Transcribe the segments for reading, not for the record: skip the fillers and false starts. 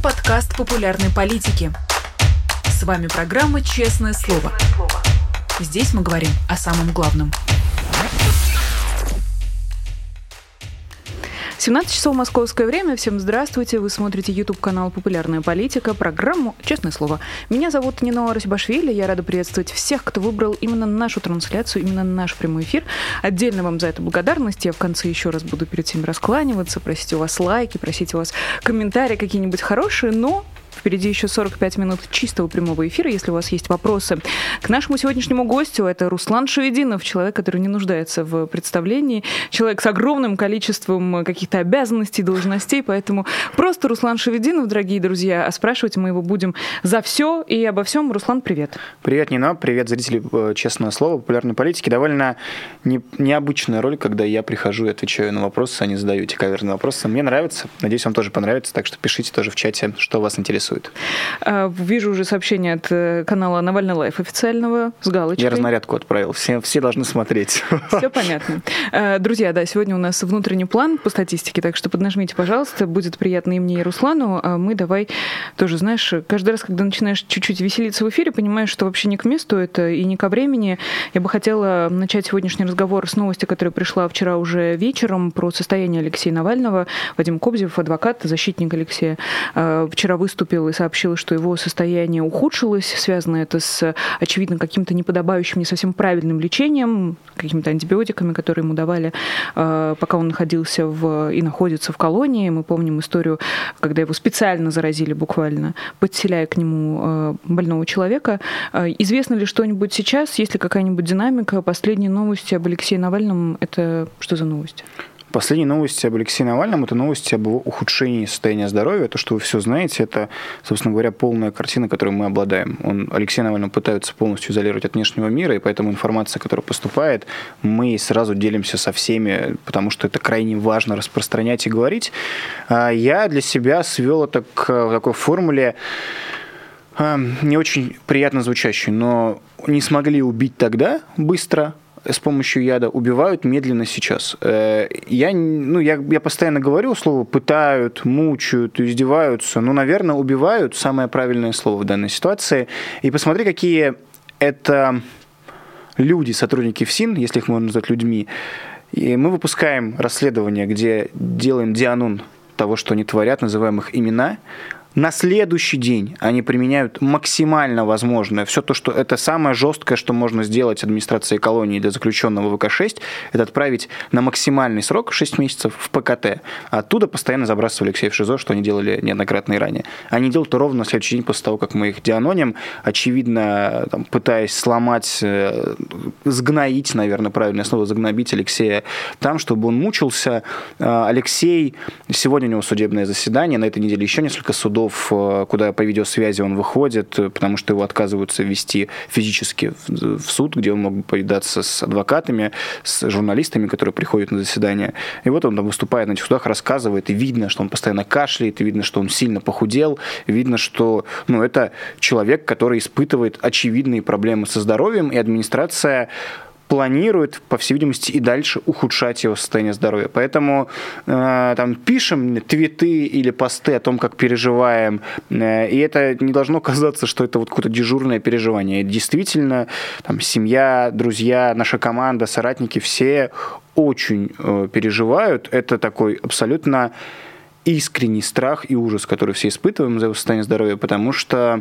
подкаст популярной политики. С вами программа «Честное слово». Здесь мы говорим о самом главном. 17 часов московское время. Всем здравствуйте. Вы смотрите YouTube-канал «Популярная политика», программу «Честное слово». Меня зовут Нино Расибашвили. Я рада приветствовать всех, кто выбрал именно нашу трансляцию, именно наш прямой эфир. Отдельно вам за это благодарность. Я в конце еще раз буду перед всеми раскланиваться, просить у вас лайки, просить у вас комментарии какие-нибудь хорошие, но... Впереди еще 45 минут чистого прямого эфира. Если у вас есть вопросы к нашему сегодняшнему гостю, это Руслан Шавединов, человек, который не нуждается в представлении, человек с огромным количеством каких-то обязанностей, должностей, поэтому просто Руслан Шавединов, дорогие друзья, а спрашивать мы его будем за все и обо всем. Руслан, привет. Привет, Нина, привет, зрители «Честного слова», популярной политики. Довольно необычная роль, когда я прихожу и отвечаю на вопросы, а не задаю эти каверные вопросы. Мне нравится, надеюсь, вам тоже понравится, так что пишите тоже в чате, что вас интересует. Вижу уже сообщение от канала Навальный Лайф официального с галочкой. Я разнарядку отправил, все должны смотреть. Все понятно. Друзья, да, сегодня у нас внутренний план по статистике, так что поднажмите, пожалуйста, будет приятно и мне, и Руслану. А мы давай тоже, знаешь, каждый раз, когда начинаешь чуть-чуть веселиться в эфире, понимаешь, что вообще не к месту это и не ко времени. Я бы хотела начать сегодняшний разговор с новости, которая пришла вчера уже вечером, про состояние Алексея Навального. Вадим Кобзев, адвокат, защитник Алексея, вчера выступил и сообщил, что его состояние ухудшилось. Связано это с, очевидно, каким-то неподобающим, не совсем правильным лечением, какими-то антибиотиками, которые ему давали, пока он находился и находится в колонии. Мы помним историю, когда его специально заразили буквально, подселяя к нему больного человека. Известно ли что-нибудь сейчас? Есть ли какая-нибудь динамика? Последние новости об Алексее Навальном — это что за новости? Последние новости об Алексее Навальном – это новости об его ухудшении состояния здоровья. То, что вы все знаете, это, собственно говоря, полная картина, которой мы обладаем. Алексея Навального пытаются полностью изолировать от внешнего мира, и поэтому информация, которая поступает, мы сразу делимся со всеми, потому что это крайне важно распространять и говорить. Я для себя свел это к такой формуле, не очень приятно звучащей, но не смогли убить тогда быстро – с помощью яда, убивают медленно сейчас. Я постоянно говорю слово «пытают», «мучают», «издеваются». Наверное, убивают – самое правильное слово в данной ситуации. И посмотри, какие это люди, сотрудники ФСИН, если их можно назвать людьми. И мы выпускаем расследование, где делаем дианон того, что они творят, называем их имена. На следующий день они применяют максимально возможное. Все то, что это самое жесткое, что можно сделать администрации колонии для заключенного ВК-6, это отправить на максимальный срок 6 месяцев в ПКТ. Оттуда постоянно забрасывали Алексея в ШИЗО, что они делали неоднократно и ранее. Они делают это ровно на следующий день после того, как мы их дианоним, очевидно, пытаясь сломать, сгноить, наверное, правильное слово, загнобить Алексея там, чтобы он мучился. Алексей, сегодня у него судебное заседание, на этой неделе еще несколько судов, куда по видеосвязи он выходит, потому что его отказываются вести физически в суд, где он мог бы повидаться с адвокатами, с журналистами, которые приходят на заседание. И вот он там выступает на этих судах, рассказывает, и видно, что он постоянно кашляет, и видно, что он сильно похудел, и видно, что это человек, который испытывает очевидные проблемы со здоровьем, и администрация планирует, по всей видимости, и дальше ухудшать его состояние здоровья. Поэтому пишем твиты или посты о том, как переживаем, и это не должно казаться, что это какое-то дежурное переживание. Действительно, семья, друзья, наша команда, соратники, все очень переживают. Это такой абсолютно искренний страх и ужас, который все испытываем за его состояние здоровья, потому что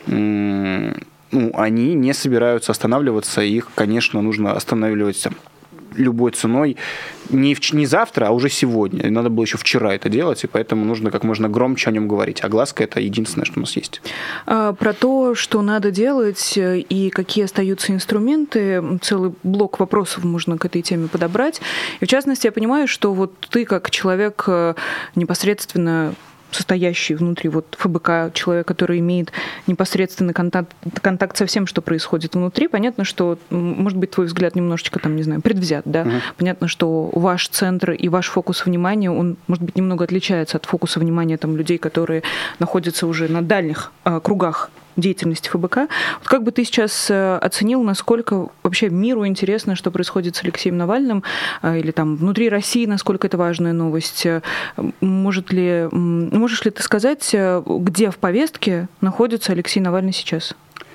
они не собираются останавливаться, их, конечно, нужно останавливать любой ценой. Не завтра, а уже сегодня. Надо было еще вчера это делать, и поэтому нужно как можно громче о нем говорить. Огласка – это единственное, что у нас есть. Про то, что надо делать и какие остаются инструменты, целый блок вопросов можно к этой теме подобрать. И в частности, я понимаю, что ты как человек непосредственно состоящий внутри ФБК, человек, который имеет непосредственный контакт со всем, что происходит внутри. Понятно, что, может быть, твой взгляд немножечко, предвзят, да? Понятно, что ваш центр и ваш фокус внимания, он, может быть, немного отличается от фокуса внимания людей, которые находятся уже на дальних кругах деятельности ФБК. Вот как бы ты сейчас оценил, насколько вообще миру интересно, что происходит с Алексеем Навальным, или там внутри России, насколько это важная новость? Можешь ли ты сказать, где в повестке находится Алексей Навальный сейчас?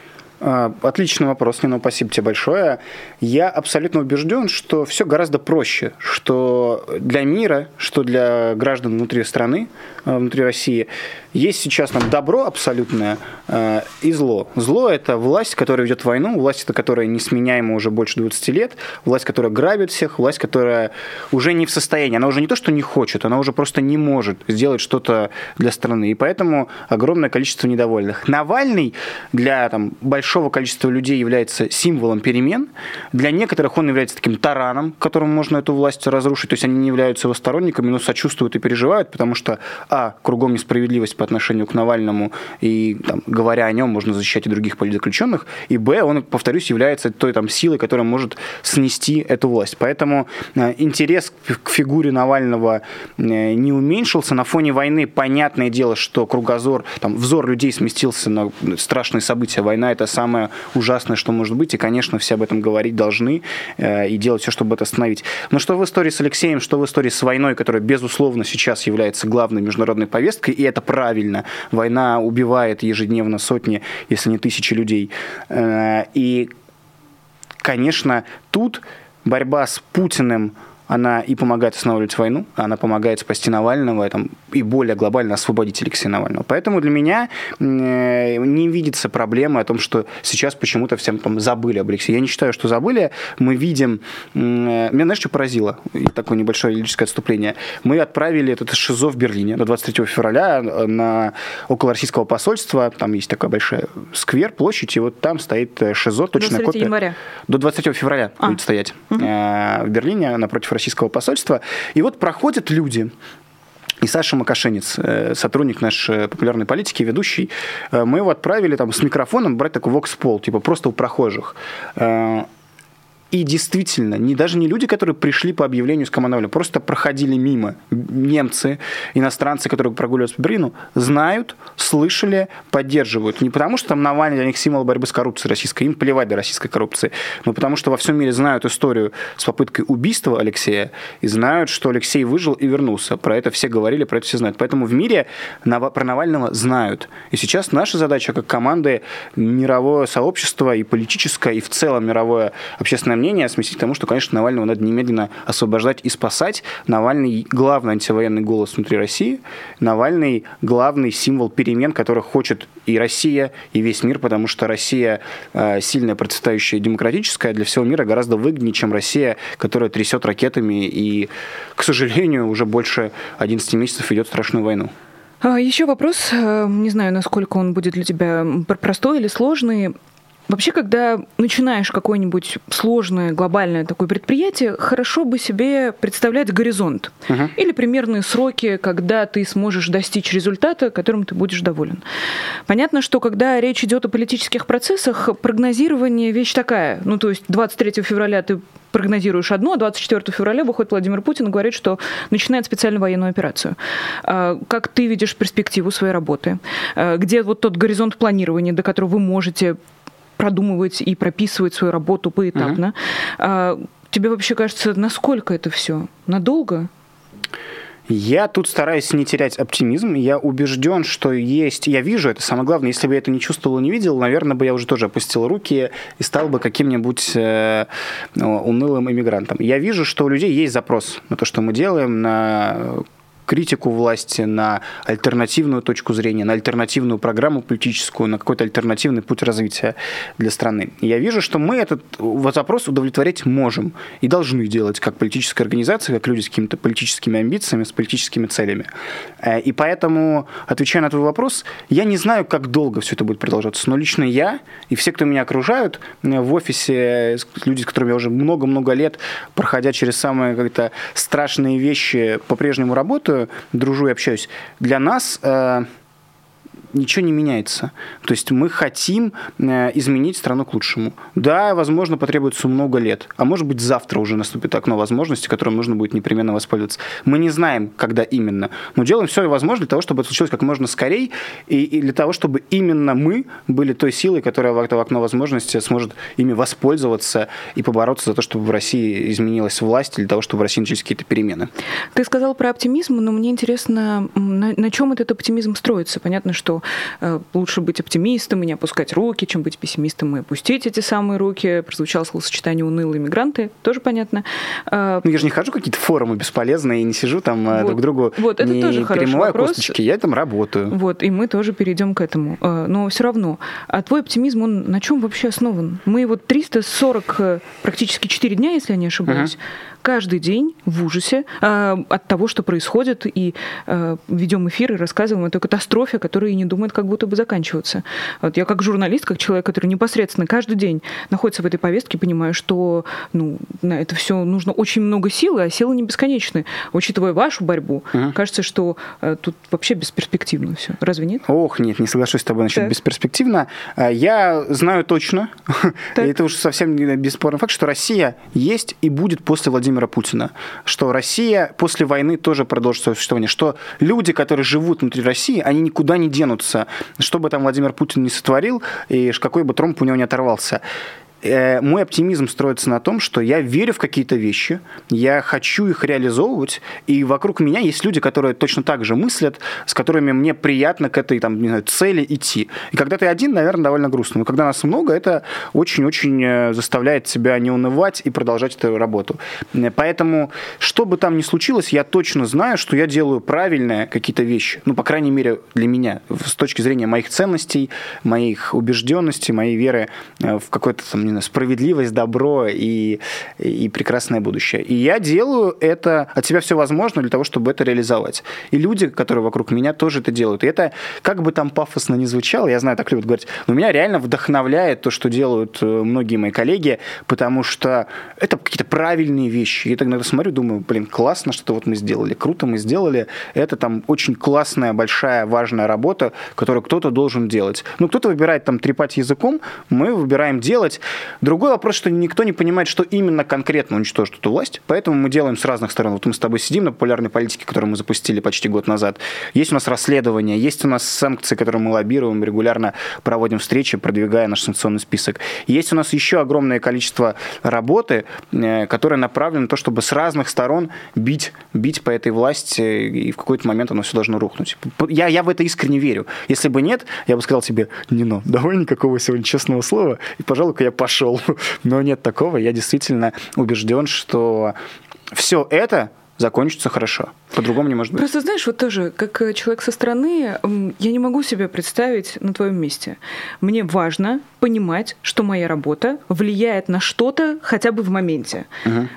Отличный вопрос, Нина, спасибо тебе большое. Я абсолютно убежден, что все гораздо проще, что для мира, что для граждан внутри страны, внутри России, есть сейчас там добро абсолютное и зло. Зло – это власть, которая ведет войну, власть, это которая несменяема уже больше 20 лет, власть, которая грабит всех, власть, которая уже не в состоянии, она уже не то, что не хочет, она уже просто не может сделать что-то для страны. И поэтому огромное количество недовольных. Навальный для большого количества людей является символом перемен. Для некоторых он является таким тараном, которым можно эту власть разрушить. То есть они не являются его сторонниками, но сочувствуют и переживают, потому что, кругом несправедливость по отношению к Навальному, и говоря о нем, можно защищать и других политзаключенных, и он, повторюсь, является той силой, которая может снести эту власть. Поэтому интерес к фигуре Навального не уменьшился. На фоне войны понятное дело, что кругозор, взор людей сместился на страшные события. Война – это самое ужасное, что может быть, и, конечно, все об этом говорить должны и делать все, чтобы это остановить. Но что в истории с Алексеем, что в истории с войной, которая, безусловно, сейчас является главной международной повесткой, и это правильно. Война убивает ежедневно сотни, если не тысячи людей. И, конечно, тут борьба с Путиным, она и помогает останавливать войну, она помогает спасти Навального и более глобально освободить Алексея Навального. Поэтому для меня не видится проблемы о том, что сейчас почему-то всем забыли об Алексее. Я не считаю, что забыли. Мы видим... Меня, знаешь, что поразило? И такое небольшое лирическое отступление. Мы отправили этот ШИЗО в Берлине до 23 февраля около российского посольства. Там есть такой большой сквер, площадь, и вот там стоит ШИЗО. Точно до 23 января. До 23 февраля будет стоять в Берлине напротив российского посольства. И вот проходят люди. И Саша Макашенец, сотрудник нашей популярной политики, ведущий, мы его отправили с микрофоном брать такой вокс-пол, просто у прохожих. И действительно, даже не люди, которые пришли по объявлению с командованием, просто проходили мимо. Немцы, иностранцы, которые прогуливаются по Берлину, знают, слышали, поддерживают. Не потому, что Навальный для них символ борьбы с коррупцией российской, им плевать до российской коррупции, но потому, что во всем мире знают историю с попыткой убийства Алексея и знают, что Алексей выжил и вернулся. Про это все говорили, про это все знают. Поэтому в мире про Навального знают. И сейчас наша задача, как команды, мировое сообщество и политическое, и в целом мировое общественное мнение сместить к тому, что, конечно, Навального надо немедленно освобождать и спасать. Навальный – главный антивоенный голос внутри России. Навальный – главный символ перемен, которых хочет и Россия, и весь мир, потому что Россия сильная, процветающая, демократическая, для всего мира гораздо выгоднее, чем Россия, которая трясет ракетами и, к сожалению, уже больше 11 месяцев ведет страшную войну. Еще вопрос, не знаю, насколько он будет для тебя простой или сложный. Вообще, когда начинаешь какое-нибудь сложное, глобальное такое предприятие, хорошо бы себе представлять горизонт или примерные сроки, когда ты сможешь достичь результата, которым ты будешь доволен. Понятно, что когда речь идет о политических процессах, прогнозирование вещь такая. То есть 23 февраля ты прогнозируешь одно, а 24 февраля выходит Владимир Путин и говорит, что начинает специальную военную операцию. Как ты видишь перспективу своей работы? Где вот тот горизонт планирования, до которого вы можете продумывать и прописывать свою работу поэтапно? Тебе вообще кажется, насколько это все? Надолго? Я тут стараюсь не терять оптимизм. Я убежден, что есть... Я вижу это, самое главное. Если бы я это не чувствовал и не видел, наверное, бы я уже тоже опустил руки и стал бы каким-нибудь унылым иммигрантом. Я вижу, что у людей есть запрос на то, что мы делаем, на критику власти, на альтернативную точку зрения, на альтернативную программу политическую, на какой-то альтернативный путь развития для страны. Я вижу, что мы этот запрос удовлетворять можем и должны делать как политическая организация, как люди с какими-то политическими амбициями, с политическими целями. И поэтому, отвечая на твой вопрос, я не знаю, как долго все это будет продолжаться, но лично я и все, кто меня окружают в офисе, люди, с которыми я уже много-много лет, проходя через самые как-то страшные вещи, по-прежнему работаю, дружу и общаюсь. Для нас ничего не меняется. То есть мы хотим изменить страну к лучшему. Да, возможно, потребуется много лет, а может быть, завтра уже наступит окно возможностей, которым нужно будет непременно воспользоваться. Мы не знаем, когда именно, но делаем все возможное для того, чтобы это случилось как можно скорее, и для того, чтобы именно мы были той силой, которая в это окно возможностей сможет ими воспользоваться и побороться за то, чтобы в России изменилась власть, или для того, чтобы в России начались какие-то перемены. Ты сказал про оптимизм, но мне интересно, на чем этот оптимизм строится? Понятно, что лучше быть оптимистом и не опускать руки, чем быть пессимистом и опустить эти самые руки. Прозвучало словосочетание «унылые мигранты», тоже понятно. Я же не хожу в какие-то форумы бесполезные и не сижу там друг другу, это не тоже перемываю косточки, я там работаю. И мы тоже перейдем к этому. Но все равно, а твой оптимизм, он на чем вообще основан? Мы 340, практически 4 дня, если я не ошибаюсь, каждый день в ужасе от того, что происходит, и ведем эфир и рассказываем о той катастрофе, которая и не думает, как будто бы заканчиваться. Вот я как журналист, как человек, который непосредственно каждый день находится в этой повестке, понимаю, что на это все нужно очень много силы, а силы не бесконечны. Учитывая вашу борьбу, кажется, что тут вообще бесперспективно все. Разве нет? Ох, нет, не соглашусь с тобой насчет бесперспективно. Я знаю точно, и это уж совсем бесспорный факт, что Россия есть и будет после Владимира Путина, что Россия после войны тоже продолжит свое существование, что люди, которые живут внутри России, они никуда не денутся, что бы там Владимир Путин не сотворил, и какой бы тромб у него не оторвался. Мой оптимизм строится на том, что я верю в какие-то вещи, я хочу их реализовывать, и вокруг меня есть люди, которые точно так же мыслят, с которыми мне приятно к этой цели идти. И когда ты один, наверное, довольно грустно. Но когда нас много, это очень-очень заставляет тебя не унывать и продолжать эту работу. Поэтому, что бы там ни случилось, я точно знаю, что я делаю правильные какие-то вещи. По крайней мере, для меня, с точки зрения моих ценностей, моих убежденностей, моей веры в какой-то справедливость, добро и прекрасное будущее. И я делаю это, от себя все возможное для того, чтобы это реализовать. И люди, которые вокруг меня, тоже это делают. И это, как бы там пафосно ни звучало, я знаю, так любят говорить, но меня реально вдохновляет то, что делают многие мои коллеги, потому что это какие-то правильные вещи. Я тогда смотрю, думаю, классно, что мы сделали, круто мы сделали. Это очень классная, большая, важная работа, которую кто-то должен делать. Кто-то выбирает трепать языком, мы выбираем делать. Другой вопрос, что никто не понимает, что именно конкретно уничтожит эту власть, поэтому мы делаем с разных сторон. Мы с тобой сидим на популярной политике, которую мы запустили почти год назад. Есть у нас расследования, есть у нас санкции, которые мы лоббируем, регулярно проводим встречи, продвигая наш санкционный список. Есть у нас еще огромное количество работы, которая направлена на то, чтобы с разных сторон бить по этой власти, и в какой-то момент оно все должно рухнуть. Я в это искренне верю. Если бы нет, я бы сказал тебе, Нино, давай никакого сегодня честного слова, и, пожалуй-ка, я пошел. Но нет такого. Я действительно убежден, что все это закончится хорошо. По-другому не может быть. Просто знаешь, тоже, как человек со стороны, я не могу себе представить на твоем месте. Мне важно понимать, что моя работа влияет на что-то хотя бы в моменте.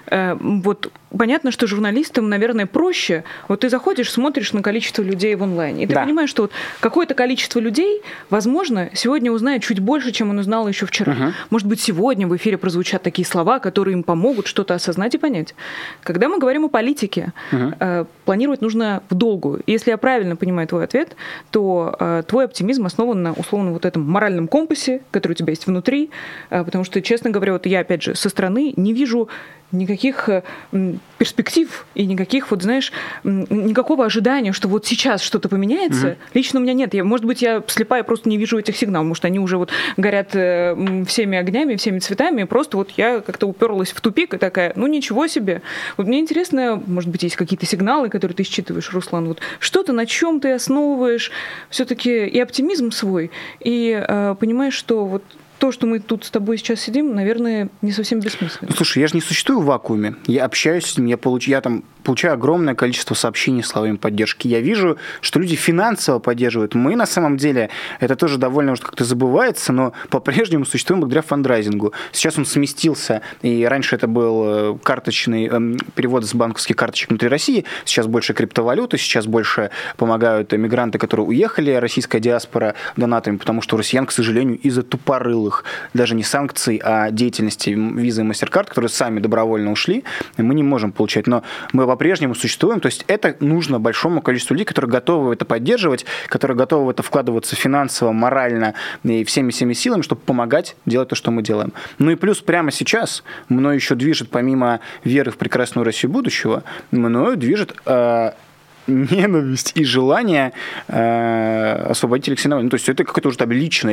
Понятно, что журналистам, наверное, проще. Ты заходишь, смотришь на количество людей в онлайне, и ты понимаешь, что какое-то количество людей, возможно, сегодня узнает чуть больше, чем он узнал еще вчера. Может быть, сегодня в эфире прозвучат такие слова, которые им помогут что-то осознать и понять. Когда мы говорим о политике, планировать нужно в долгую. Если я правильно понимаю твой ответ, то твой оптимизм основан на, условно, этом моральном компасе, который у тебя есть внутри, потому что, честно говоря, я, опять же, со стороны не вижу никаких перспектив и никаких, никакого ожидания, что сейчас что-то поменяется. Лично у меня нет. Может быть, я слепая, просто не вижу этих сигналов. Может, они уже горят всеми огнями, всеми цветами, и просто я как-то уперлась в тупик и такая, ничего себе. Мне интересно, может быть, есть какие-то сигналы, которые ты считываешь, Руслан. Что-то, на чем ты основываешь все-таки и оптимизм свой, и понимаешь, что то, что мы тут с тобой сейчас сидим, наверное, не совсем бессмысленно. Слушай, я же не существую в вакууме. Я общаюсь с ним, я получаю огромное количество сообщений, словами поддержки. Я вижу, что люди финансово поддерживают. Мы, на самом деле, это тоже довольно уже как-то забывается, но по-прежнему существуем благодаря фандрайзингу. Сейчас он сместился, и раньше это был карточный перевод с банковских карточек внутри России, сейчас больше криптовалюты, сейчас больше помогают мигранты, которые уехали, российская диаспора, донатами, потому что у россиян, к сожалению, из-за тупорылых силах даже не санкций, а деятельности Visa и MasterCard, которые сами добровольно ушли, мы не можем получать. Но мы по-прежнему существуем. То есть это нужно большому количеству людей, которые готовы это поддерживать, которые готовы в это вкладываться финансово, морально и всеми силами, чтобы помогать делать то, что мы делаем. Ну и плюс прямо сейчас мной еще движет, помимо веры в прекрасную Россию будущего, мною движет ненависть и желание освободить Алексея Навального. То есть это какое-то уже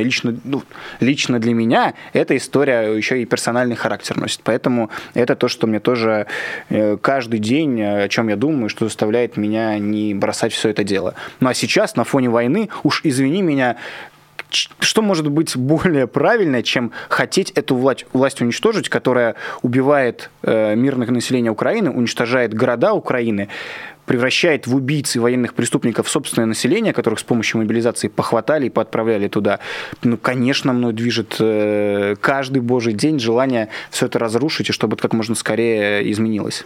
лично для меня эта история еще и персональный характер носит. Поэтому это то, что мне тоже каждый день, о чем я думаю, что заставляет меня не бросать все это дело. Ну а сейчас на фоне войны, уж извини меня, что может быть более правильное, чем хотеть эту власть уничтожить, которая убивает мирное население Украины, уничтожает города Украины, превращает в убийц и военных преступников собственное население, которых с помощью мобилизации похватали и поотправляли туда. Ну, конечно, мной движет каждый божий день желание все это разрушить, и чтобы это как можно скорее изменилось.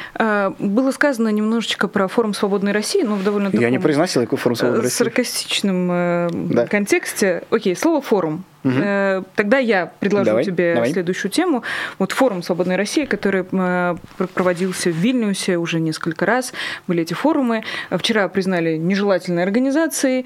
Было сказано немножечко про форум «Свободной России», но в довольно таком... Я не произносил какой форум «Свободной России». Саркастичном контексте. Окей, слово «форум». Угу. Тогда я предложу тебе следующую тему. Вот форум «Свободной России», который проводился в Вильнюсе уже несколько раз. Были эти форумы. Вчера признали нежелательной организацией.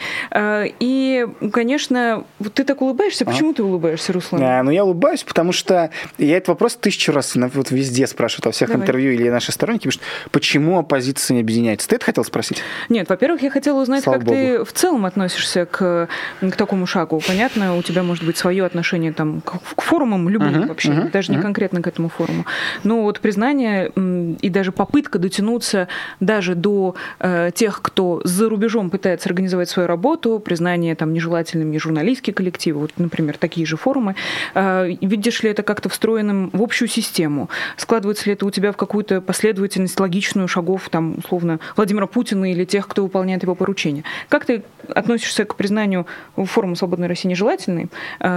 И, конечно, вот ты так улыбаешься. Почему ты улыбаешься, Руслан? Ну, я улыбаюсь, потому что я этот вопрос 1000 раз вот везде спрашивают, во всех интервью или наши сторонники, потому что почему оппозиция не объединяется? Ты это хотел спросить? Нет, во-первых, я хотела узнать, как ты в целом относишься к такому шагу. Понятно, у тебя может быть свое отношение там, к форумам любым вообще, даже не конкретно к этому форуму. Но вот признание и даже попытка дотянуться даже до тех, кто за рубежом пытается организовать свою работу, признание там нежелательными журналистские коллективы, вот, например, такие же форумы. Видишь ли это как-то встроенным в общую систему? Складывается ли это у тебя в какую-то последовательность логичную шагов, там, условно, Владимира Путина или тех, кто выполняет его поручения? Как ты относишься к признанию форума «Свободной России» нежелательной?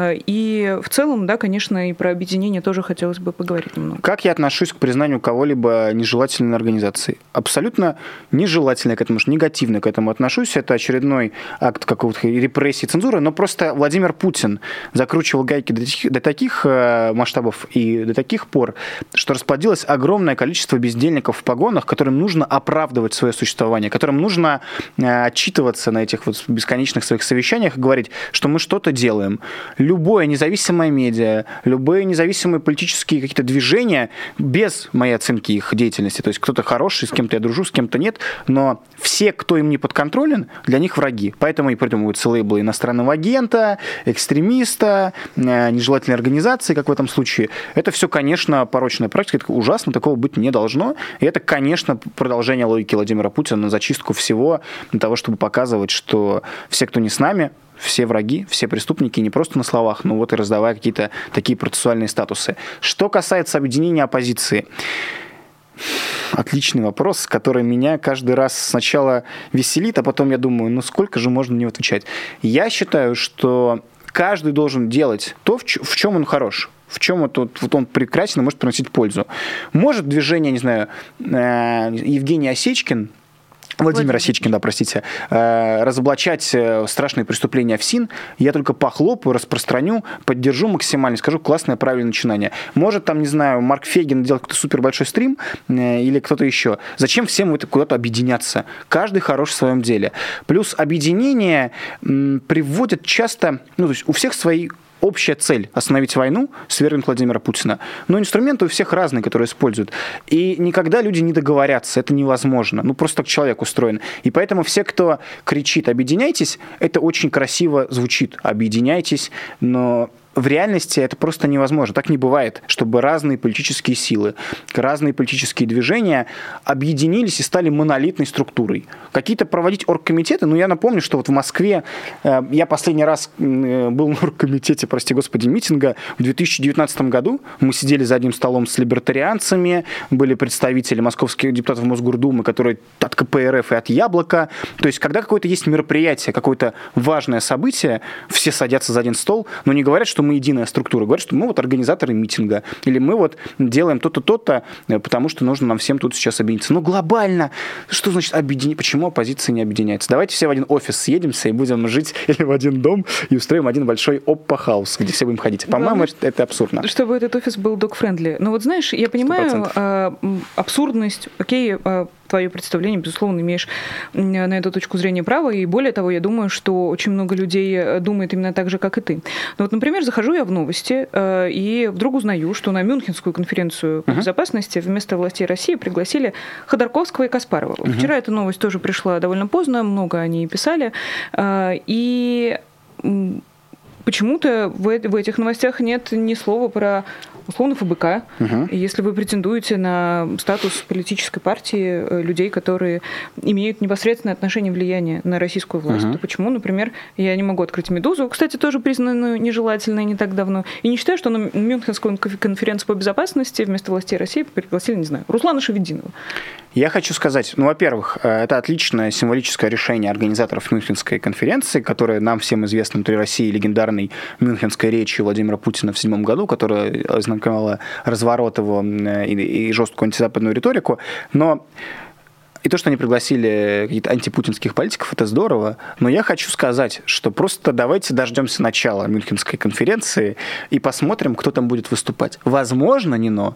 И в целом, да, конечно, и про объединение тоже хотелось бы поговорить немного. Как я отношусь к признанию кого-либо нежелательной организации? Абсолютно нежелательно к этому, негативно к этому отношусь. Это очередной акт какого-то репрессии, цензуры, но просто Владимир Путин закручивал гайки до таких масштабов и до таких пор, что расплодилось огромное количество бездельников в погонах, которым нужно оправдывать свое существование, которым нужно отчитываться на этих вот бесконечных своих совещаниях и говорить, что мы что-то делаем. Любое независимое медиа, любые независимые политические какие-то движения, без моей оценки их деятельности, то есть кто-то хороший, с кем-то я дружу, с кем-то нет, но все, кто им не подконтролен, для них враги. Поэтому и придумываются лейблы иностранного агента, экстремиста, нежелательной организации, как в этом случае. Это все, конечно, порочная практика, это ужасно, такого быть не должно. И это, конечно, продолжение логики Владимира Путина на зачистку всего, для того, чтобы показывать, что все, кто не с нами, все враги, все преступники, не просто на словах, но вот и раздавая какие-то такие процессуальные статусы. Что касается объединения оппозиции, отличный вопрос, который меня каждый раз сначала веселит, а потом я думаю, ну сколько же можно на него отвечать. Я считаю, что каждый должен делать то, в чем он хорош. В чем вот он прекрасен и может приносить пользу. Может движение, не знаю, Евгений Осечкин, Владимир Осечкин, да, простите, разоблачать страшные преступления в СИН, я только похлопаю, распространю, поддержу максимально, скажу классное, правильное начинание. Может, там, не знаю, Марк Фейгин делать какой-то супер большой стрим или кто-то еще. Зачем всем это куда-то объединяться? Каждый хорош в своем деле. Плюс объединение приводит часто, ну, то есть у всех свои общая цель – остановить войну, свергнуть Владимира Путина. Но инструменты у всех разные, которые используют. И никогда люди не договорятся, это невозможно. Ну, просто так человек устроен. И поэтому все, кто кричит «объединяйтесь», это очень красиво звучит. «Объединяйтесь», но в реальности это просто невозможно. Так не бывает, чтобы разные политические силы, разные политические движения объединились и стали монолитной структурой. Какие-то проводить оргкомитеты, ну, я напомню, что вот в Москве я последний раз был на оргкомитете, прости господи, митинга в 2019 году. Мы сидели за одним столом с либертарианцами, были представители московских депутатов Мосгордумы, которые от КПРФ и от Яблока. То есть, когда какое-то есть мероприятие, какое-то важное событие, все садятся за один стол, но не говорят, что мы единая структура, говорят, что мы вот организаторы митинга, или мы вот делаем то-то, то-то, потому что нужно нам всем тут сейчас объединиться. Но глобально, что значит объединить? Почему оппозиция не объединяется? Давайте все в один офис съедемся и будем жить или в один дом и устроим один большой оппа-хаус, где все будем ходить. По-моему, это абсурдно. Чтобы этот офис был dog-friendly. Но вот знаешь, я понимаю абсурдность, окей, твое представление, безусловно, имеешь на эту точку зрения права, и более того, я думаю, что очень много людей думает именно так же, как и ты. Но вот, например, захожу я в новости и вдруг узнаю, что на Мюнхенскую конференцию по безопасности вместо властей России пригласили Ходорковского и Каспарова. Вчера эта новость тоже пришла довольно поздно, много они писали, и почему-то в этих новостях нет ни слова про условно ФБК. Если вы претендуете на статус политической партии людей, которые имеют непосредственное отношение и влияние на российскую власть, то почему, например, я не могу открыть «Медузу», кстати, тоже признанную нежелательной не так давно, и не считаю, что на Мюнхенскую конференцию по безопасности вместо властей России пригласили, не знаю, Руслана Шевединова. Я хочу сказать, во-первых, это отличное символическое решение организаторов Мюнхенской конференции, которая нам всем известна внутри России легендарной мюнхенской речью Владимира Путина в 2007 году, которая ознакомила разворот его и жесткую антизападную риторику. Но и то, что они пригласили каких-то антипутинских политиков, это здорово. Но я хочу сказать, что просто давайте дождемся начала Мюнхенской конференции и посмотрим, кто там будет выступать. Возможно, Нино,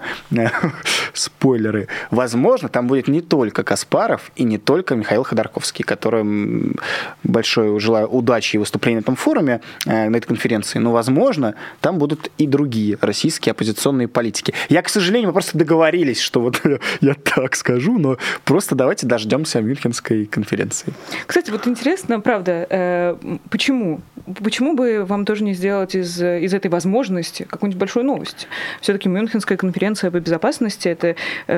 спойлеры, возможно, там будет не только Каспаров и не только Михаил Ходорковский, которым большое желаю удачи и выступления на этом форуме, на этой конференции. Но, возможно, там будут и другие российские оппозиционные политики. Я, к сожалению, мы просто договорились, что вот я так скажу, но просто давайте дождемся Мюнхенской конференции. Кстати, вот интересно, правда, почему? Почему бы вам тоже не сделать из этой возможности какую-нибудь большую новость? Все-таки Мюнхенская конференция по безопасности — это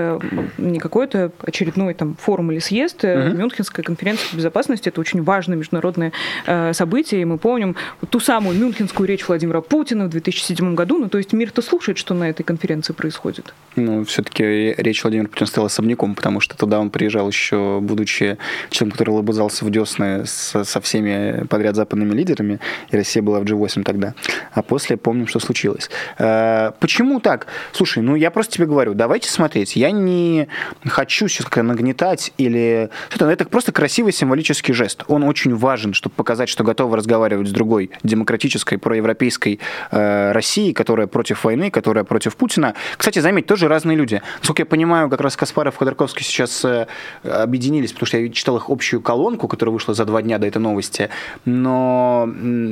не какой-то очередной там форум или съезд. Мюнхенская конференция по безопасности — это очень важное международное событие, и мы помним ту самую мюнхенскую речь Владимира Путина в 2007 году. Ну, то есть мир-то слушает, что на этой конференции происходит. Ну, все-таки речь Владимира Путина стала особняком, потому что туда он приезжал еще, будучи человеком, который лобызался в десны со всеми подряд западными лидерами, и Россия была в G8 тогда. А после помним, что случилось. Почему так? Слушай, я просто тебе говорю, давайте смотреть. Я не хочу сейчас как-то нагнетать или что-то. Это просто красивый символический жест. Он очень важен, чтобы показать, что готовы разговаривать с другой демократической, проевропейской Россией, которая против войны, которая против Путина. Кстати, заметь, тоже разные люди. Насколько я понимаю, как раз Каспаров и Ходорковский сейчас объединились, потому что я читал их общую колонку, которая вышла за 2 дня до этой новости. Но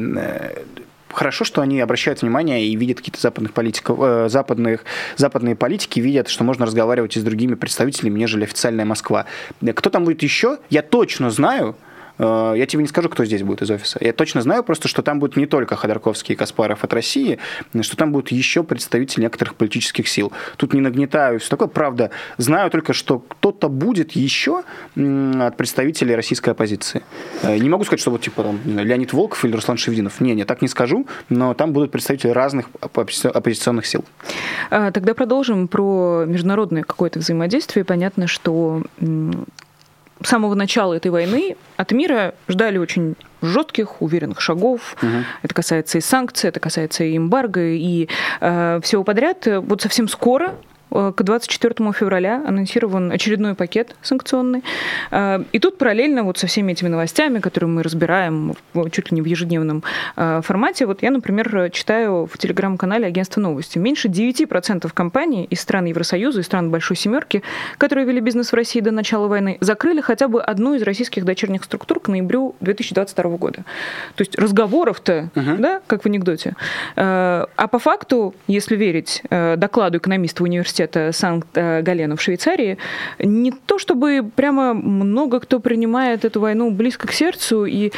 хорошо, что они обращают внимание и видят какие-то западных политиков, западные политики видят, что можно разговаривать и с другими представителями, нежели официальная Москва. Кто там будет еще, я точно знаю. Я тебе не скажу, кто здесь будет из офиса. Я точно знаю просто, что там будут не только Ходорковский и Каспаров от России, что там будут еще представители некоторых политических сил. Тут не нагнетаю, все такое. Правда, знаю только, что кто-то будет еще от представителей российской оппозиции. Не могу сказать, что вот типа там Леонид Волков или Руслан Шевединов. Не, так не скажу, но там будут представители разных оппозиционных сил. Тогда продолжим про международное какое-то взаимодействие. Понятно, что с самого начала этой войны от мира ждали очень жестких, уверенных шагов. Это касается и санкций, это касается и эмбарго, и всего подряд. Вот совсем скоро, к 24 февраля, анонсирован очередной пакет санкционный. И тут параллельно вот со всеми этими новостями, которые мы разбираем чуть ли не в ежедневном формате, вот я, например, читаю в телеграм-канале агентства «Новости». Меньше 9% компаний из стран Евросоюза, из стран Большой Семерки, которые вели бизнес в России до начала войны, закрыли хотя бы одну из российских дочерних структур к ноябрю 2022 года. То есть разговоров-то, да, как в анекдоте. А по факту, если верить докладу экономиста университета Санкт-Галена в Швейцарии, не то чтобы прямо много кто принимает эту войну близко к сердцу, и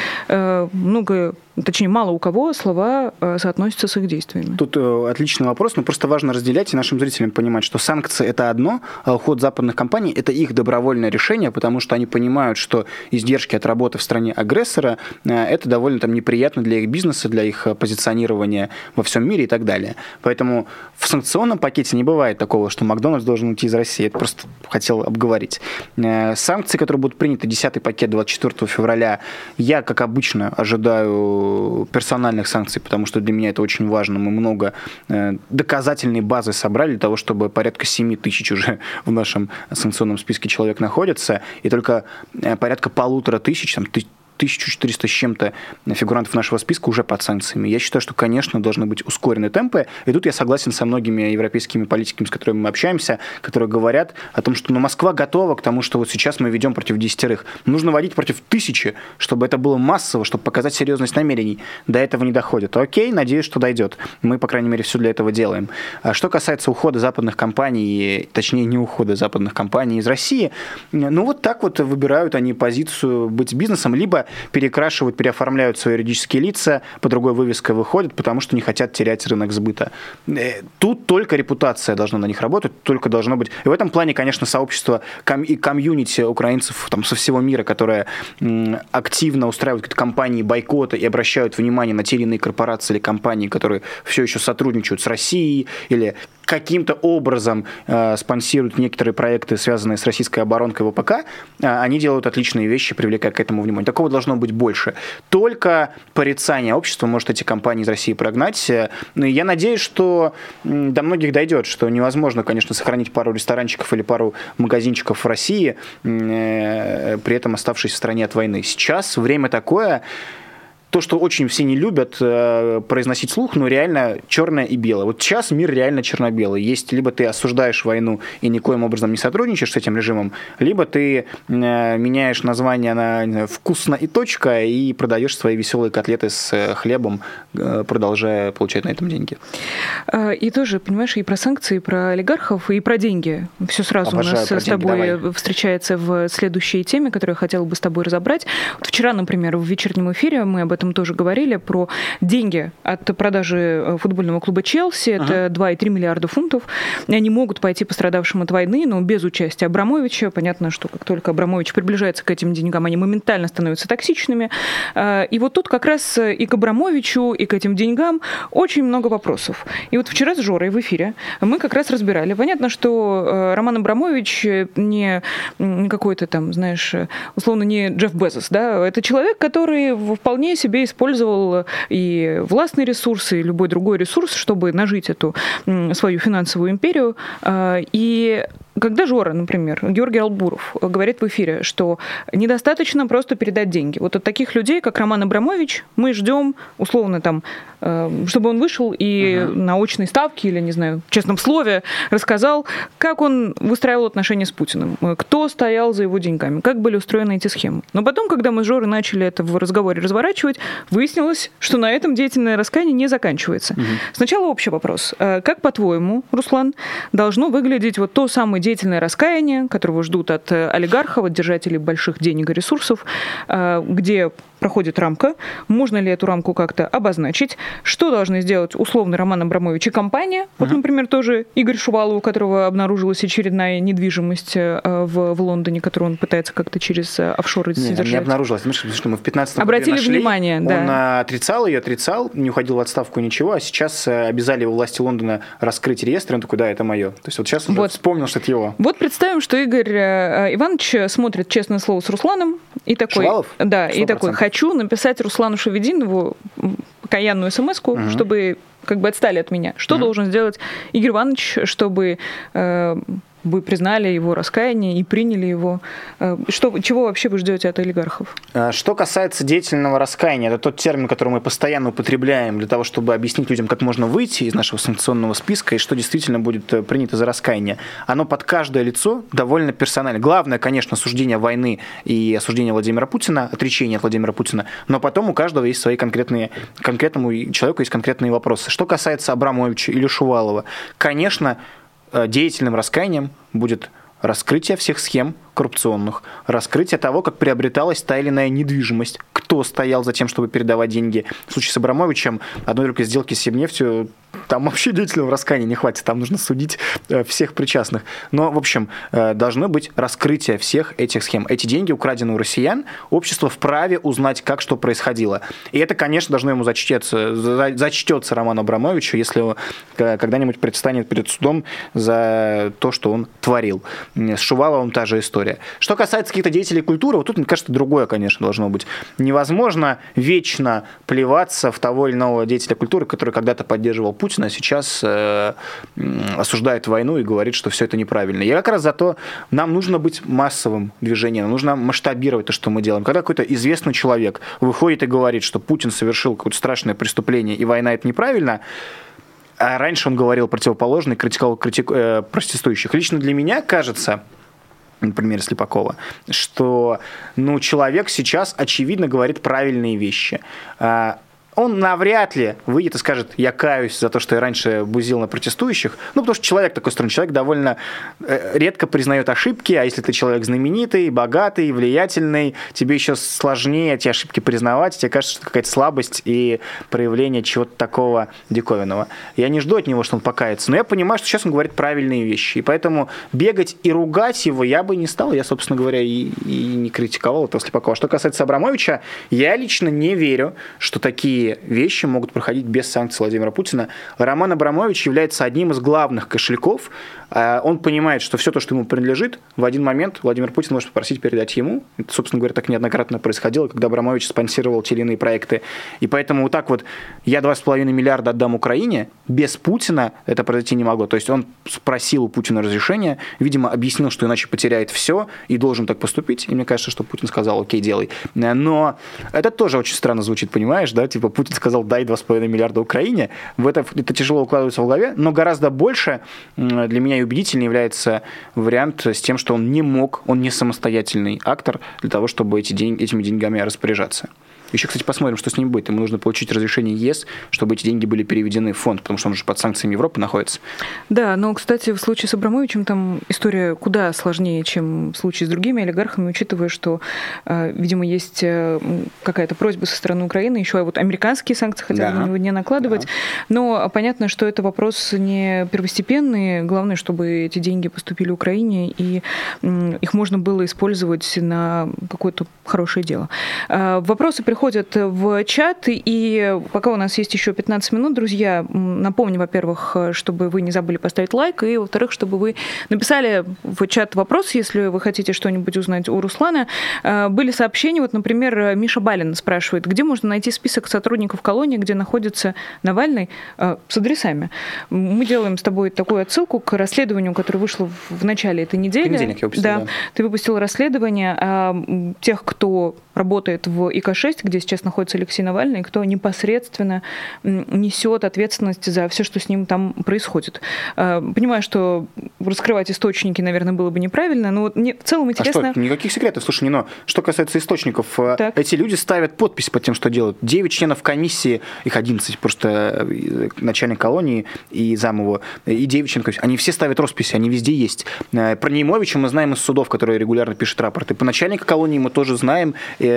мало у кого слова соотносятся с их действиями. Тут отличный вопрос, но просто важно разделять и нашим зрителям понимать, что санкции – это одно, а уход западных компаний – это их добровольное решение, потому что они понимают, что издержки от работы в стране агрессора – это довольно неприятно для их бизнеса, для их позиционирования во всем мире и так далее. Поэтому в санкционном пакете не бывает такого, что Макдональдс должен уйти из России. Это просто хотел обговорить. Санкции, которые будут приняты, 10-й пакет 24 февраля, я, как обычно, ожидаю нету персональных санкций, потому что для меня это очень важно. Мы много доказательной базы собрали для того, чтобы порядка 7 тысяч уже в нашем санкционном списке человек находится, и только порядка 1500, там, 1400 с чем-то фигурантов нашего списка уже под санкциями. Я считаю, что, конечно, должны быть ускорены темпы. И тут я согласен со многими европейскими политиками, с которыми мы общаемся, которые говорят о том, что Москва готова к тому, что вот сейчас мы ведем против 10. Нужно водить против 1000, чтобы это было массово, чтобы показать серьезность намерений. До этого не доходит. Окей, надеюсь, что дойдет. Мы, по крайней мере, все для этого делаем. А что касается ухода западных компаний, точнее, не ухода западных компаний из России, ну вот так вот выбирают они позицию быть бизнесом, либо перекрашивают, переоформляют свои юридические лица, по другой вывеской выходят, потому что не хотят терять рынок сбыта. Тут только репутация должна на них работать, только должно быть... И в этом плане, конечно, сообщество и комьюнити украинцев там, со всего мира, которые активно устраивают какие-то кампании бойкота и обращают внимание на те или иные корпорации или компании, которые все еще сотрудничают с Россией или каким-то образом спонсируют некоторые проекты, связанные с российской оборонкой ВПК, они делают отличные вещи, привлекая к этому внимание. Такого должно быть больше. Только порицание общества может эти компании из России прогнать. Я надеюсь, что до многих дойдет, что невозможно, конечно, сохранить пару ресторанчиков или пару магазинчиков в России, при этом оставшись в стране от войны. Сейчас время такое, то, что очень все не любят произносить вслух, но реально черное и белое. Вот сейчас мир реально черно-белый. Есть либо ты осуждаешь войну и никоим образом не сотрудничаешь с этим режимом, либо ты меняешь название на «вкусно» и «точка» и продаешь свои веселые котлеты с хлебом, продолжая получать на этом деньги. И тоже, понимаешь, и про санкции, и про олигархов, и про деньги. Все сразу обожаю у нас с тобой встречается в следующей теме, которую я хотела бы с тобой разобрать. Вот вчера, например, в вечернем эфире мы об этом тоже говорили, про деньги от продажи футбольного клуба «Челси». Это 2,3 миллиарда фунтов. Они могут пойти пострадавшим от войны, но без участия Абрамовича. Понятно, что как только Абрамович приближается к этим деньгам, они моментально становятся токсичными. И вот тут как раз и к Абрамовичу, и к этим деньгам очень много вопросов. И вот вчера с Жорой в эфире мы как раз разбирали. Понятно, что Роман Абрамович не какой-то там, знаешь, условно не Джефф Безос, да? Это человек, который вполне себе использовал и властные ресурсы, и любой другой ресурс, чтобы нажить эту свою финансовую империю. И когда Жора, например, Георгий Албуров говорит в эфире, что недостаточно просто передать деньги. Вот от таких людей, как Роман Абрамович, мы ждем, условно, там, чтобы он вышел и на очной ставке или, не знаю, в честном слове рассказал, как он выстраивал отношения с Путиным, кто стоял за его деньгами, как были устроены эти схемы. Но потом, когда мы с Жорой начали это в разговоре разворачивать, выяснилось, что на этом деятельное раскаяние не заканчивается. Сначала общий вопрос. Как, по-твоему, Руслан, должно выглядеть вот то самое деятельное раскаяние, которого ждут от олигархов, от держателей больших денег и ресурсов, где проходит рамка, можно ли эту рамку как-то обозначить, что должны сделать условно Роман Абрамович и компания, вот, например, тоже Игорь Шувалов, у которого обнаружилась очередная недвижимость в Лондоне, которую он пытается как-то через офшоры содержать. Не обнаружилась, потому что мы в 15 году обратили внимание, он отрицал ее, не уходил в отставку, ничего, а сейчас обязали его власти Лондона раскрыть реестр, он такой, да, это мое. То есть вот сейчас он вспомнил, что это его. Вот представим, что Игорь Иванович смотрит «Честное слово» с Русланом и такой... Шувалов? Да, 100%. И такой, хочу написать Руслану Шевединову каянную смс-ку, чтобы как бы отстали от меня. Что должен сделать Игорь Иванович, чтобы вы признали его раскаяние и приняли его? Чего вообще вы ждете от олигархов? Что касается деятельного раскаяния, это тот термин, который мы постоянно употребляем для того, чтобы объяснить людям, как можно выйти из нашего санкционного списка и что действительно будет принято за раскаяние. Оно под каждое лицо довольно персонально. Главное, конечно, осуждение войны и осуждение Владимира Путина, отречение от Владимира Путина, но потом у каждого есть свои конкретному человеку есть конкретные вопросы. Что касается Абрамовича или Шувалова, конечно, деятельным раскаянием будет раскрытие всех схем коррупционных, раскрытие того, как приобреталась та или иная недвижимость, кто стоял за тем, чтобы передавать деньги. В случае с Абрамовичем одной только сделки с Сибнефтью, там вообще деятельного раскаяния не хватит, там нужно судить всех причастных. Но, в общем, должно быть раскрытие всех этих схем. Эти деньги украдены у россиян, общество вправе узнать, как что происходило. И это, конечно, должно ему зачтется Роману Абрамовичу, если он когда-нибудь предстанет перед судом за то, что он творил. С Шуваловым та же история. Что касается каких-то деятелей культуры, вот тут, мне кажется, другое, конечно, должно быть. Невозможно вечно плеваться в того или иного деятеля культуры, который когда-то поддерживал Путина, а сейчас осуждает войну и говорит, что все это неправильно. Я как раз за то, нам нужно быть массовым движением, нужно масштабировать то, что мы делаем. Когда какой-то известный человек выходит и говорит, что Путин совершил какое-то страшное преступление и война – это неправильно, а раньше он говорил противоположное, критиковал протестующих. Лично для меня кажется, например, Слепакова, что человек сейчас, очевидно, говорит правильные вещи. Он навряд ли выйдет и скажет: я каюсь за то, что я раньше бузил на протестующих. Потому что человек такой странный, человек довольно редко признает ошибки, а если ты человек знаменитый, богатый, влиятельный, тебе еще сложнее эти ошибки признавать, тебе кажется, что это какая-то слабость и проявление чего-то такого диковинного. Я не жду от него, что он покается, но я понимаю, что сейчас он говорит правильные вещи, и поэтому бегать и ругать его я бы не стал, я, собственно говоря, и не критиковал этого Слепакова. Что касается Абрамовича, я лично не верю, что такие вещи могут проходить без санкций Владимира Путина. Роман Абрамович является одним из главных кошельков. Он понимает, что все то, что ему принадлежит, в один момент Владимир Путин может попросить передать ему. Это, собственно говоря, так неоднократно происходило, когда Абрамович спонсировал те или иные проекты. И поэтому вот так вот я 2,5 миллиарда отдам Украине, без Путина это произойти не могло. То есть он спросил у Путина разрешения, видимо, объяснил, что иначе потеряет все и должен так поступить. И мне кажется, что Путин сказал: окей, делай. Но это тоже очень странно звучит, понимаешь, да? Типа Путин сказал: дай 2,5 миллиарда Украине. Это тяжело укладывается в голове, но гораздо больше для меня и убедительнее является вариант с тем, что он не самостоятельный актор для того, чтобы этими деньгами распоряжаться. Еще, кстати, посмотрим, что с ним будет. Ему нужно получить разрешение ЕС, чтобы эти деньги были переведены в фонд, потому что он уже под санкциями Европы находится. Да, но, кстати, в случае с Абрамовичем там история куда сложнее, чем в случае с другими олигархами, учитывая, что, видимо, есть какая-то просьба со стороны Украины, еще вот американские санкции хотят на него не накладывать. Да. Но понятно, что это вопрос не первостепенный. Главное, чтобы эти деньги поступили Украине, и их можно было использовать на какое-то хорошее дело. Вопросы приходят в чат, и пока у нас есть еще 15 минут, друзья, напомню, во-первых, чтобы вы не забыли поставить лайк, и, во-вторых, чтобы вы написали в чат вопрос, если вы хотите что-нибудь узнать у Руслана. Были сообщения, вот, например, Миша Балин спрашивает, где можно найти список сотрудников колонии, где находится Навальный, с адресами. Мы делаем с тобой такую отсылку к расследованию, которое вышло в начале этой недели. Понедельник я выпустил, да. Ты выпустил расследование тех, кто работает в ИК-6, где сейчас находится Алексей Навальный, кто непосредственно несет ответственность за все, что с ним там происходит. Понимаю, что раскрывать источники, наверное, было бы неправильно, но вот мне в целом интересно... А что, никаких секретов, слушай, Нино, что касается источников, так. Эти люди ставят подпись под тем, что делают. 9 членов комиссии, их 11, просто начальник колонии и зам его, и 9 членов комиссии, они все ставят росписи, они везде есть. Про Неймовича мы знаем из судов, которые регулярно пишут рапорты. По начальнику колонии мы тоже знаем,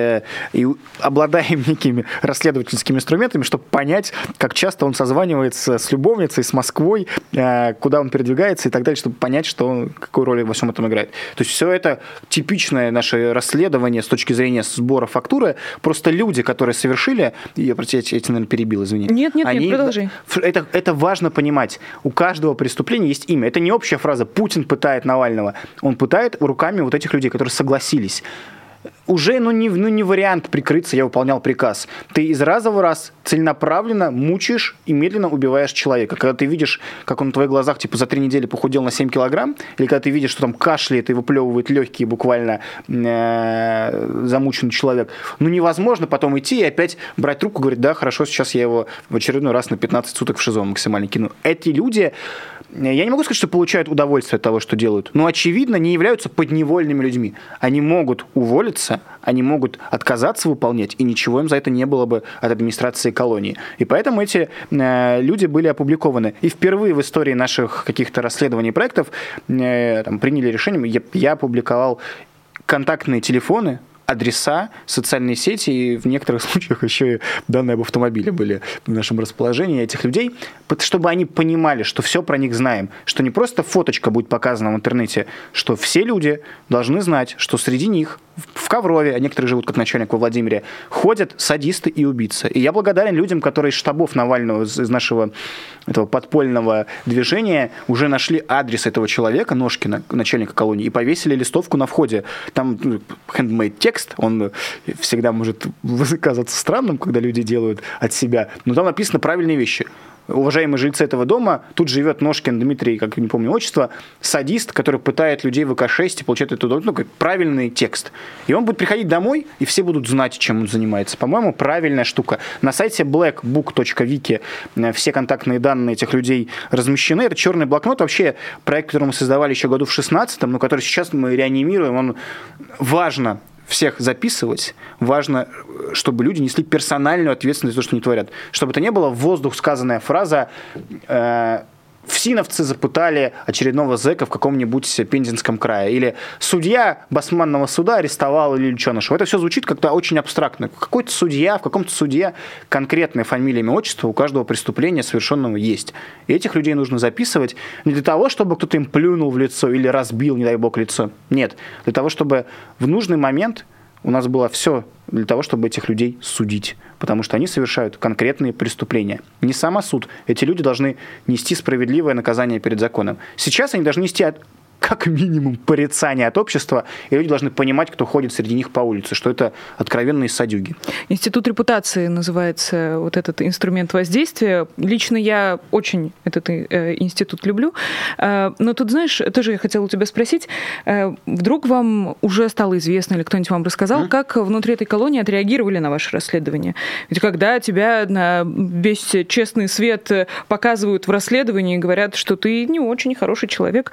и обладаем некими расследовательскими инструментами, чтобы понять, как часто он созванивается с любовницей, с Москвой, куда он передвигается и так далее, чтобы понять, что он, какую роль во всем этом играет. То есть все это типичное наше расследование с точки зрения сбора фактуры. Просто люди, которые совершили... Я тебя, наверное, перебил, извини. Нет, продолжи. Это важно понимать. У каждого преступления есть имя. Это не общая фраза «Путин пытает Навального». Он пытает руками вот этих людей, которые согласились. Уже не вариант прикрыться, я выполнял приказ. Ты из раза в раз целенаправленно мучаешь и медленно убиваешь человека. Когда ты видишь, как он на твоих глазах за 3 недели похудел на 7 килограмм, или когда ты видишь, что там кашляет и выплевывает легкие буквально замученный человек, невозможно потом идти и опять брать трубку и говорить: да, хорошо, сейчас я его в очередной раз на 15 суток в ШИЗО максимально кину. Эти люди... Я не могу сказать, что получают удовольствие от того, что делают, но, очевидно, не являются подневольными людьми. Они могут уволиться, они могут отказаться выполнять, и ничего им за это не было бы от администрации колонии. И поэтому эти люди были опубликованы. И впервые в истории наших каких-то расследований проектов приняли решение, я опубликовал контактные телефоны, адреса, социальные сети, и в некоторых случаях еще и данные об автомобиле были в нашем расположении этих людей, чтобы они понимали, что все про них знаем, что не просто фоточка будет показана в интернете, что все люди должны знать, что среди них в Коврове, а некоторые живут как начальник во Владимире, ходят садисты и убийцы. И я благодарен людям, которые из штабов Навального, из нашего этого подпольного движения уже нашли адрес этого человека, Ножкина, начальника колонии, и повесили листовку на входе. Там handmade текст, он всегда может казаться странным, когда люди делают от себя, но там написано правильные вещи. Уважаемые жильцы этого дома, тут живет Ножкин Дмитрий, как не помню отчество, садист, который пытает людей в ВК-6 и получает это, правильный текст. И он будет приходить домой, и все будут знать, чем он занимается. По-моему, правильная штука. На сайте blackbook.wiki все контактные данные этих людей размещены. Это черный блокнот. Вообще, проект, который мы создавали еще году в 16-м, но который сейчас мы реанимируем, он важно всех записывать, важно, чтобы люди несли персональную ответственность за то, что они творят. Чтобы это не была в воздух сказанная фраза «Всиновцы запытали очередного зэка в каком-нибудь Пензенском крае» или «Судья Басманного суда арестовал Лилию Чанышеву». Это все звучит как-то очень абстрактно. Какой-то судья, в каком-то суде конкретная фамилия, имя, отчество у каждого преступления совершенного есть. И этих людей нужно записывать не для того, чтобы кто-то им плюнул в лицо или разбил, не дай бог, лицо. Нет. Для того, чтобы в нужный момент у нас было все для того, чтобы этих людей судить. Потому что они совершают конкретные преступления. Не самосуд. Эти люди должны нести справедливое наказание перед законом. Сейчас они должны нести как минимум порицание от общества, и люди должны понимать, кто ходит среди них по улице, что это откровенные садюги. Институт репутации называется вот этот инструмент воздействия. Лично я очень этот институт люблю. Но тут, знаешь, тоже я хотела у тебя спросить, вдруг вам уже стало известно, или кто-нибудь вам рассказал, как внутри этой колонии отреагировали на ваше расследование? Ведь когда тебя на весь честный свет показывают в расследовании и говорят, что ты не очень хороший человек,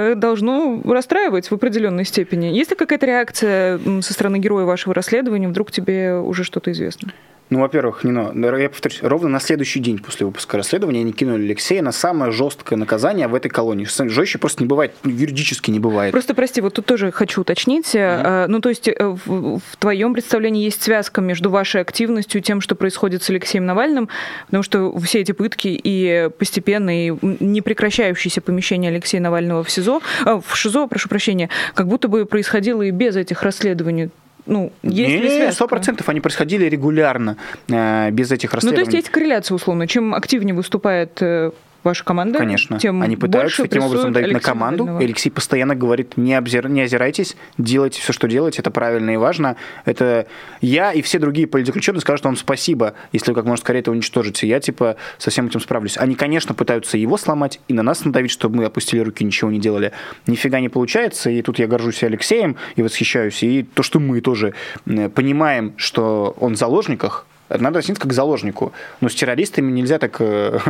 должно расстраивать в определенной степени. Есть ли какая-то реакция со стороны героя вашего расследования? Вдруг тебе уже что-то известно? Ну, во-первых, я повторюсь, ровно на следующий день после выпуска расследования они кинули Алексея на самое жесткое наказание в этой колонии. Жестче просто не бывает, юридически не бывает. Просто, прости, вот тут тоже хочу уточнить. Ну, то есть в твоем представлении есть связка между вашей активностью и тем, что происходит с Алексеем Навальным, потому что все эти пытки и постепенные, непрекращающиеся помещения Алексея Навального в ШИЗО, прошу прощения, как будто бы происходило и без этих расследований. Ну, есть ли связка? 100% они происходили регулярно, без этих расследований. Ну, то есть есть корреляция, условно. Чем активнее выступает ваша команда, конечно. Тем они пытаются таким образом давить на команду. Навального. Алексей постоянно говорит, не озирайтесь, делайте все, что делаете, это правильно и важно. Это я и все другие политзаключенные скажут вам спасибо, если вы как можно скорее это уничтожите. Я, со всем этим справлюсь. Они, конечно, пытаются его сломать и на нас надавить, чтобы мы опустили руки, ничего не делали. Нифига не получается, и тут я горжусь Алексеем и восхищаюсь. И то, что мы тоже понимаем, что он в заложниках, надо относиться как к заложнику. Но с террористами нельзя так,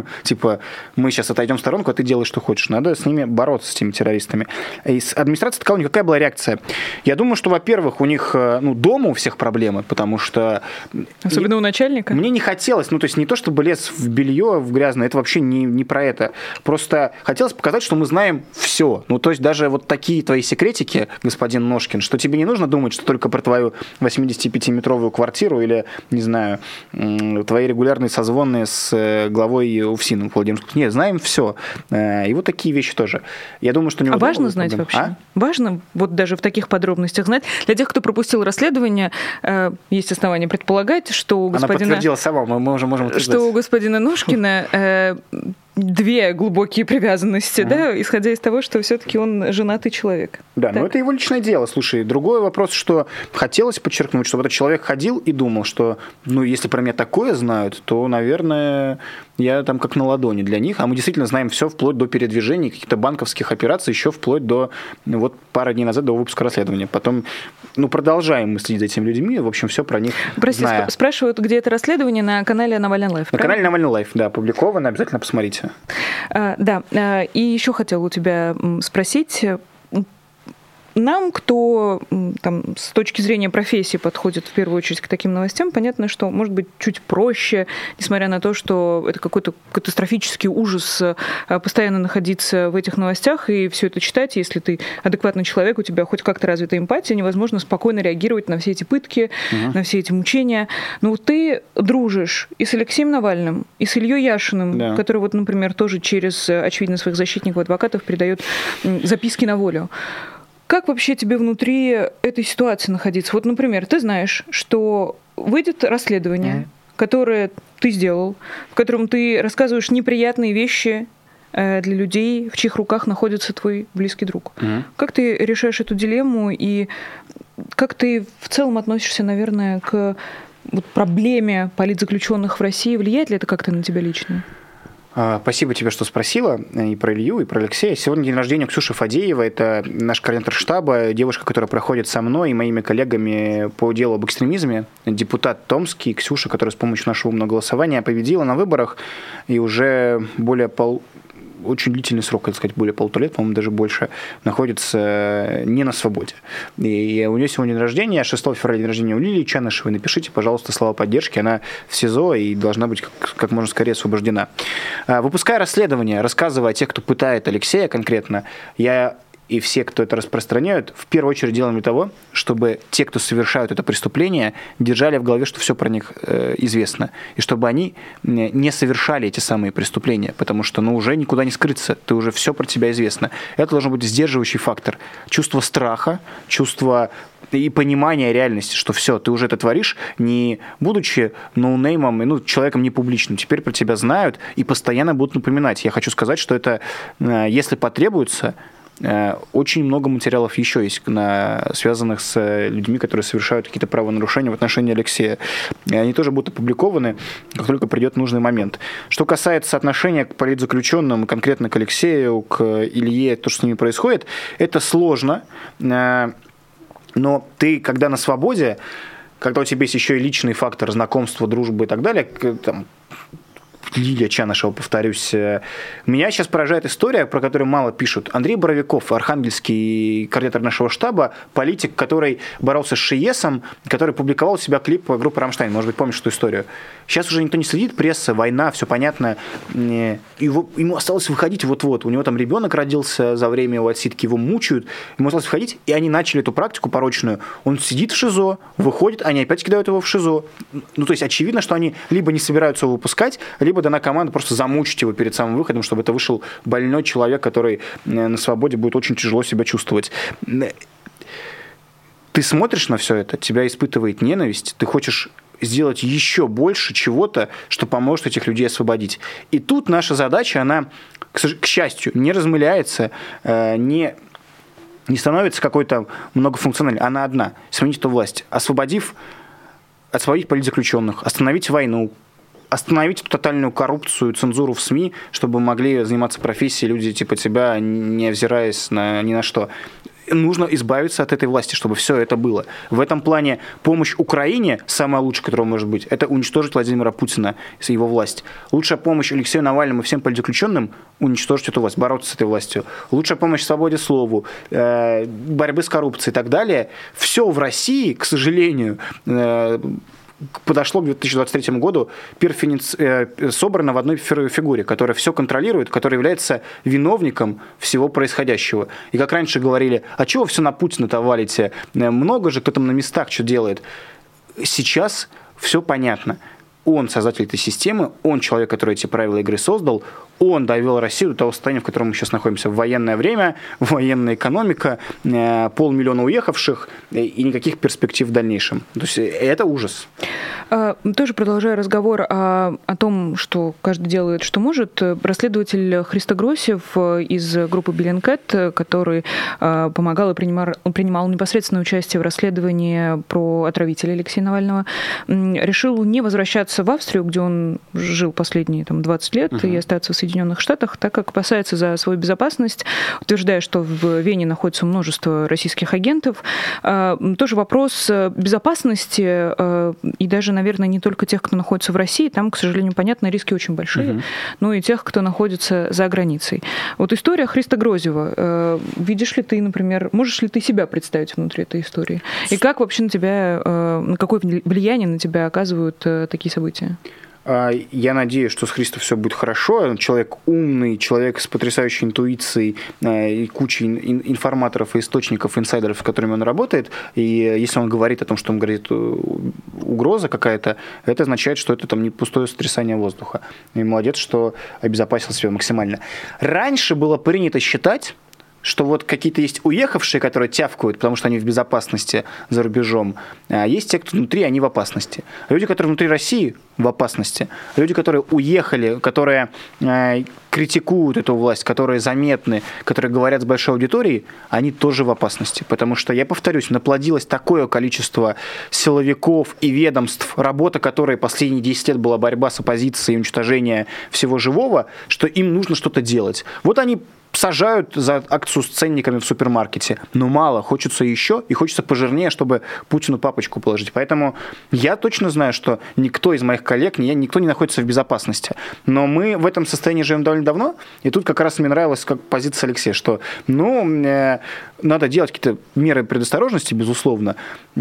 мы сейчас отойдем в сторонку, а ты делаешь, что хочешь. Надо с ними бороться, с этими террористами. И с администрацией колонии какая была реакция? Я думаю, что, во-первых, у них дома у всех проблемы, потому что... Особенно у начальника? Мне не хотелось, то есть не то, чтобы лез в белье, в грязное, это вообще не про это. Просто хотелось показать, что мы знаем все. То есть даже вот такие твои секретики, господин Ножкин, что тебе не нужно думать, что только про твою 85-метровую квартиру или, не знаю, твои регулярные созвоны с главой УФСИН Владимиром. Нет, знаем все. И вот такие вещи тоже. Я думаю, что... важно знать вообще? Важно вот даже в таких подробностях знать? Для тех, кто пропустил расследование, есть основания предполагать, что у господина... Она подтвердила сама, мы можем утверждать. Что у господина Ножкина... две глубокие привязанности, да, исходя из того, что все-таки он женатый человек. Да, но это его личное дело. Слушай, другой вопрос, что хотелось подчеркнуть, чтобы этот человек ходил и думал, что, если про меня такое знают, то, наверное, я там как на ладони для них, а мы действительно знаем все вплоть до передвижений, каких-то банковских операций, еще вплоть до, пару дней назад, до выпуска расследования. Потом, продолжаем мы следить за этими людьми, в общем, все про них знаем. Спрашивают, где это расследование? На канале Навальный Лайф. На канале Навальный Лайф, да, опубликовано, обязательно посмотрите. Да, и еще хотела у тебя спросить, нам, кто с точки зрения профессии подходит в первую очередь к таким новостям, понятно, что может быть чуть проще, несмотря на то, что это какой-то катастрофический ужас постоянно находиться в этих новостях и все это читать. Если ты адекватный человек, у тебя хоть как-то развита эмпатия, невозможно спокойно реагировать на все эти пытки, на все эти мучения. Но ты дружишь и с Алексеем Навальным, и с Ильей Яшиным, да, который, например, тоже через, очевидно, своих защитников, адвокатов передает записки на волю. Как вообще тебе внутри этой ситуации находиться? Вот, например, ты знаешь, что выйдет расследование, которое ты сделал, в котором ты рассказываешь неприятные вещи для людей, в чьих руках находится твой близкий друг. Как ты решаешь эту дилемму и как ты в целом относишься, наверное, к проблеме политзаключенных в России? Влияет ли это как-то на тебя лично? Спасибо тебе, что спросила и про Илью, и про Алексея. Сегодня день рождения Ксюши Фадеевой. Это наш координатор штаба, девушка, которая проходит со мной и моими коллегами по делу об экстремизме. Депутат томский Ксюша, которая с помощью нашего умного голосования победила на выборах и уже очень длительный срок, так сказать, более 1,5 лет, по-моему, даже больше, находится не на свободе. И у нее сегодня день рождения, 6 февраля день рождения у Лилии Чанышевой. Напишите, пожалуйста, слова поддержки. Она в СИЗО и должна быть как можно скорее освобождена. Выпуская расследование, рассказывая о тех, кто пытает Алексея конкретно, я и все, кто это распространяют, в первую очередь делаем для того, чтобы те, кто совершают это преступление, держали в голове, что все про них известно, и чтобы они не совершали эти самые преступления, потому что уже никуда не скрыться, ты уже все про тебя известно. Это должен быть сдерживающий фактор. Чувство страха, чувство и понимание реальности, что все, ты уже это творишь, не будучи ноунеймом, человеком не публичным. Теперь про тебя знают и постоянно будут напоминать. Я хочу сказать, что это, если потребуется, очень много материалов еще есть, связанных с людьми, которые совершают какие-то правонарушения в отношении Алексея. И они тоже будут опубликованы, как только придет нужный момент. Что касается отношения к политзаключенным, конкретно к Алексею, к Илье, то, что с ними происходит, это сложно. Но ты, когда на свободе, когда у тебя есть еще и личный фактор знакомства, дружбы и так далее, Лилия Чанышева, повторюсь. Меня сейчас поражает история, про которую мало пишут. Андрей Боровиков, архангельский координатор нашего штаба, политик, который боролся с ШИЕСом, который публиковал у себя клип группы «Рамштайн». Может быть, помнишь эту историю? Сейчас уже никто не следит, пресса, война, все понятно. Ему осталось выходить вот-вот. У него там ребенок родился за время его отсидки, его мучают. Ему осталось выходить, и они начали эту практику порочную. Он сидит в ШИЗО, выходит, они опять кидают его в ШИЗО. То есть очевидно, что они либо не собираются его выпускать, либо дана команда просто замучить его перед самым выходом, чтобы это вышел больной человек, который на свободе будет очень тяжело себя чувствовать. Ты смотришь на все это, тебя испытывает ненависть, ты хочешь сделать еще больше чего-то, что поможет этих людей освободить. И тут наша задача, она, к счастью, не размыляется, не становится какой-то многофункциональной. Она одна. Сменить эту власть. Освободить политзаключенных, остановить войну, остановить эту тотальную коррупцию, цензуру в СМИ, чтобы могли заниматься профессией люди типа тебя, не взираясь ни на что. Нужно избавиться от этой власти, чтобы все это было. В этом плане помощь Украине, самая лучшая, которая может быть, это уничтожить Владимира Путина и его власть. Лучшая помощь Алексею Навальному и всем политзаключенным – уничтожить эту власть, бороться с этой властью. Лучшая помощь свободе слова, борьбе с коррупцией и так далее. Все в России, к сожалению, подошло к 2023 году собрано в одной фигуре, которая все контролирует, которая является виновником всего происходящего. И как раньше говорили, а чего все на Путина-то валите? Много же кто там на местах что делает. Сейчас все понятно. Он создатель этой системы, он человек, который эти правила игры создал, он довел Россию до того состояния, в котором мы сейчас находимся. В военное время, военная экономика, 500 000 уехавших и никаких перспектив в дальнейшем. То есть это ужас. Тоже продолжая разговор о том, что каждый делает, что может, расследователь Христо Гросев из группы Bellingcat, который помогал и принимал непосредственное участие в расследовании про отравителя Алексея Навального, решил не возвращаться в Австрию, где он жил последние 20 лет, и остаться в Соединенных Штатах, так как опасается за свою безопасность, утверждая, что в Вене находится множество российских агентов. Тоже вопрос безопасности и даже, наверное, не только тех, кто находится в России, там, к сожалению, понятно, риски очень большие, но и тех, кто находится за границей. Вот история Христо Грозева. Видишь ли ты, например, можешь ли ты себя представить внутри этой истории? И как вообще на тебя, на какое влияние на тебя оказывают такие события? Я надеюсь, что с Христо все будет хорошо. Человек умный, человек с потрясающей интуицией и кучей информаторов и источников, инсайдеров, с которыми он работает. И если он говорит о том, что ему грозит угроза какая-то, это означает, что это не пустое сотрясание воздуха. И молодец, что обезопасил себя максимально. Раньше было принято считать, что вот какие-то есть уехавшие, которые тявкают, потому что они в безопасности за рубежом, а есть те, кто внутри, они в опасности. Люди, которые внутри России, в опасности. Люди, которые уехали, которые критикуют эту власть, которые заметны, которые говорят с большой аудиторией, они тоже в опасности. Потому что, я повторюсь, наплодилось такое количество силовиков и ведомств, работа которой последние 10 лет была борьба с оппозицией и уничтожение всего живого, что им нужно что-то делать. Вот они сажают за акцию с ценниками в супермаркете. Но мало, хочется еще, и хочется пожирнее, чтобы Путину папочку положить. Поэтому я точно знаю, что никто из моих коллег, никто не находится в безопасности. Но мы в этом состоянии живем довольно давно, и тут как раз мне нравилась как позиция Алексея, что, надо делать какие-то меры предосторожности, безусловно,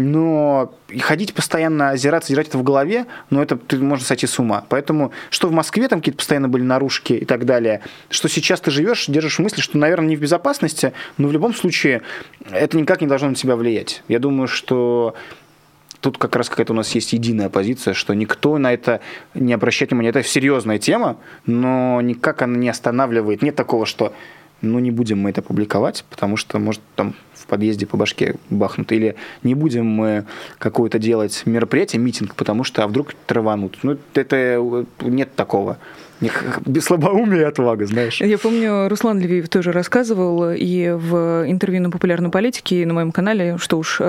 но ходить постоянно, озираться, держать это в голове, это можно сойти с ума. Поэтому, что в Москве там какие-то постоянно были наружки и так далее, что сейчас ты живешь, держишь в мысли, что, наверное, не в безопасности, но в любом случае это никак не должно на тебя влиять. Я думаю, что тут как раз какая-то у нас есть единая позиция, что никто на это не обращает внимания. Это серьезная тема, но никак она не останавливает. Нет такого, что не будем мы это публиковать, потому что, может, там в подъезде по башке бахнут. Или не будем мы какое-то делать мероприятие, митинг, потому что вдруг траванут. Это нет такого. Без слабоумия и отвага, знаешь. Я помню, Руслан Левиев тоже рассказывал и в интервью на «Популярной политике», и на моем канале, что уж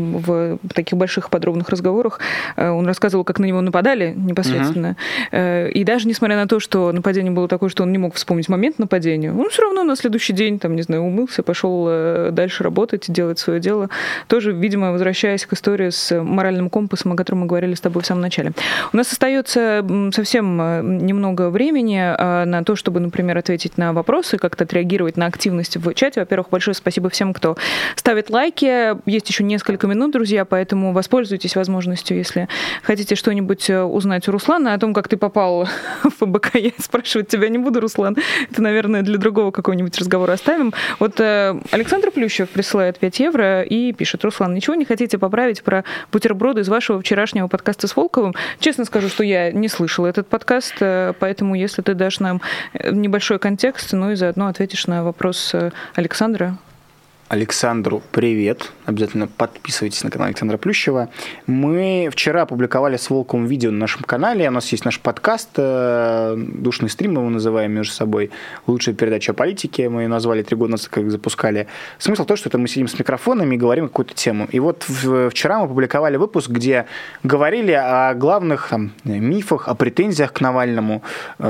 в таких больших подробных разговорах, он рассказывал, как на него нападали непосредственно. И даже несмотря на то, что нападение было такое, что он не мог вспомнить момент нападения, он все равно на следующий день, умылся, пошел дальше работать, делать свое дело. Тоже, видимо, возвращаясь к истории с моральным компасом, о котором мы говорили с тобой в самом начале. У нас остается совсем немного времени на то, чтобы, например, ответить на вопросы, как-то отреагировать на активность в чате. Во-первых, большое спасибо всем, кто ставит лайки. Есть еще несколько минут, друзья, поэтому воспользуйтесь возможностью, если хотите что-нибудь узнать у Руслана. О том, как ты попал в ФБК, я спрашивать тебя не буду, Руслан. Это, наверное, для другого какого-нибудь разговора оставим. Вот Александр Плющев присылает 5 евро и пишет: Руслан, ничего не хотите поправить про бутерброды из вашего вчерашнего подкаста с Волковым? Честно скажу, что я не слышала этот подкаст, поэтому если ты дашь нам небольшой контекст, и заодно ответишь на вопрос Александра. Александру привет. Обязательно подписывайтесь на канал Александра Плющева. Мы вчера опубликовали с Волковым видео на нашем канале. У нас есть наш подкаст, душный стрим мы его называем между собой. Лучшая передача о политике. Мы ее назвали 3 года назад, как запускали. Смысл в том, что это мы сидим с микрофонами и говорим какую-то тему. И вот вчера мы опубликовали выпуск, где говорили о главных мифах, о претензиях к Навальному,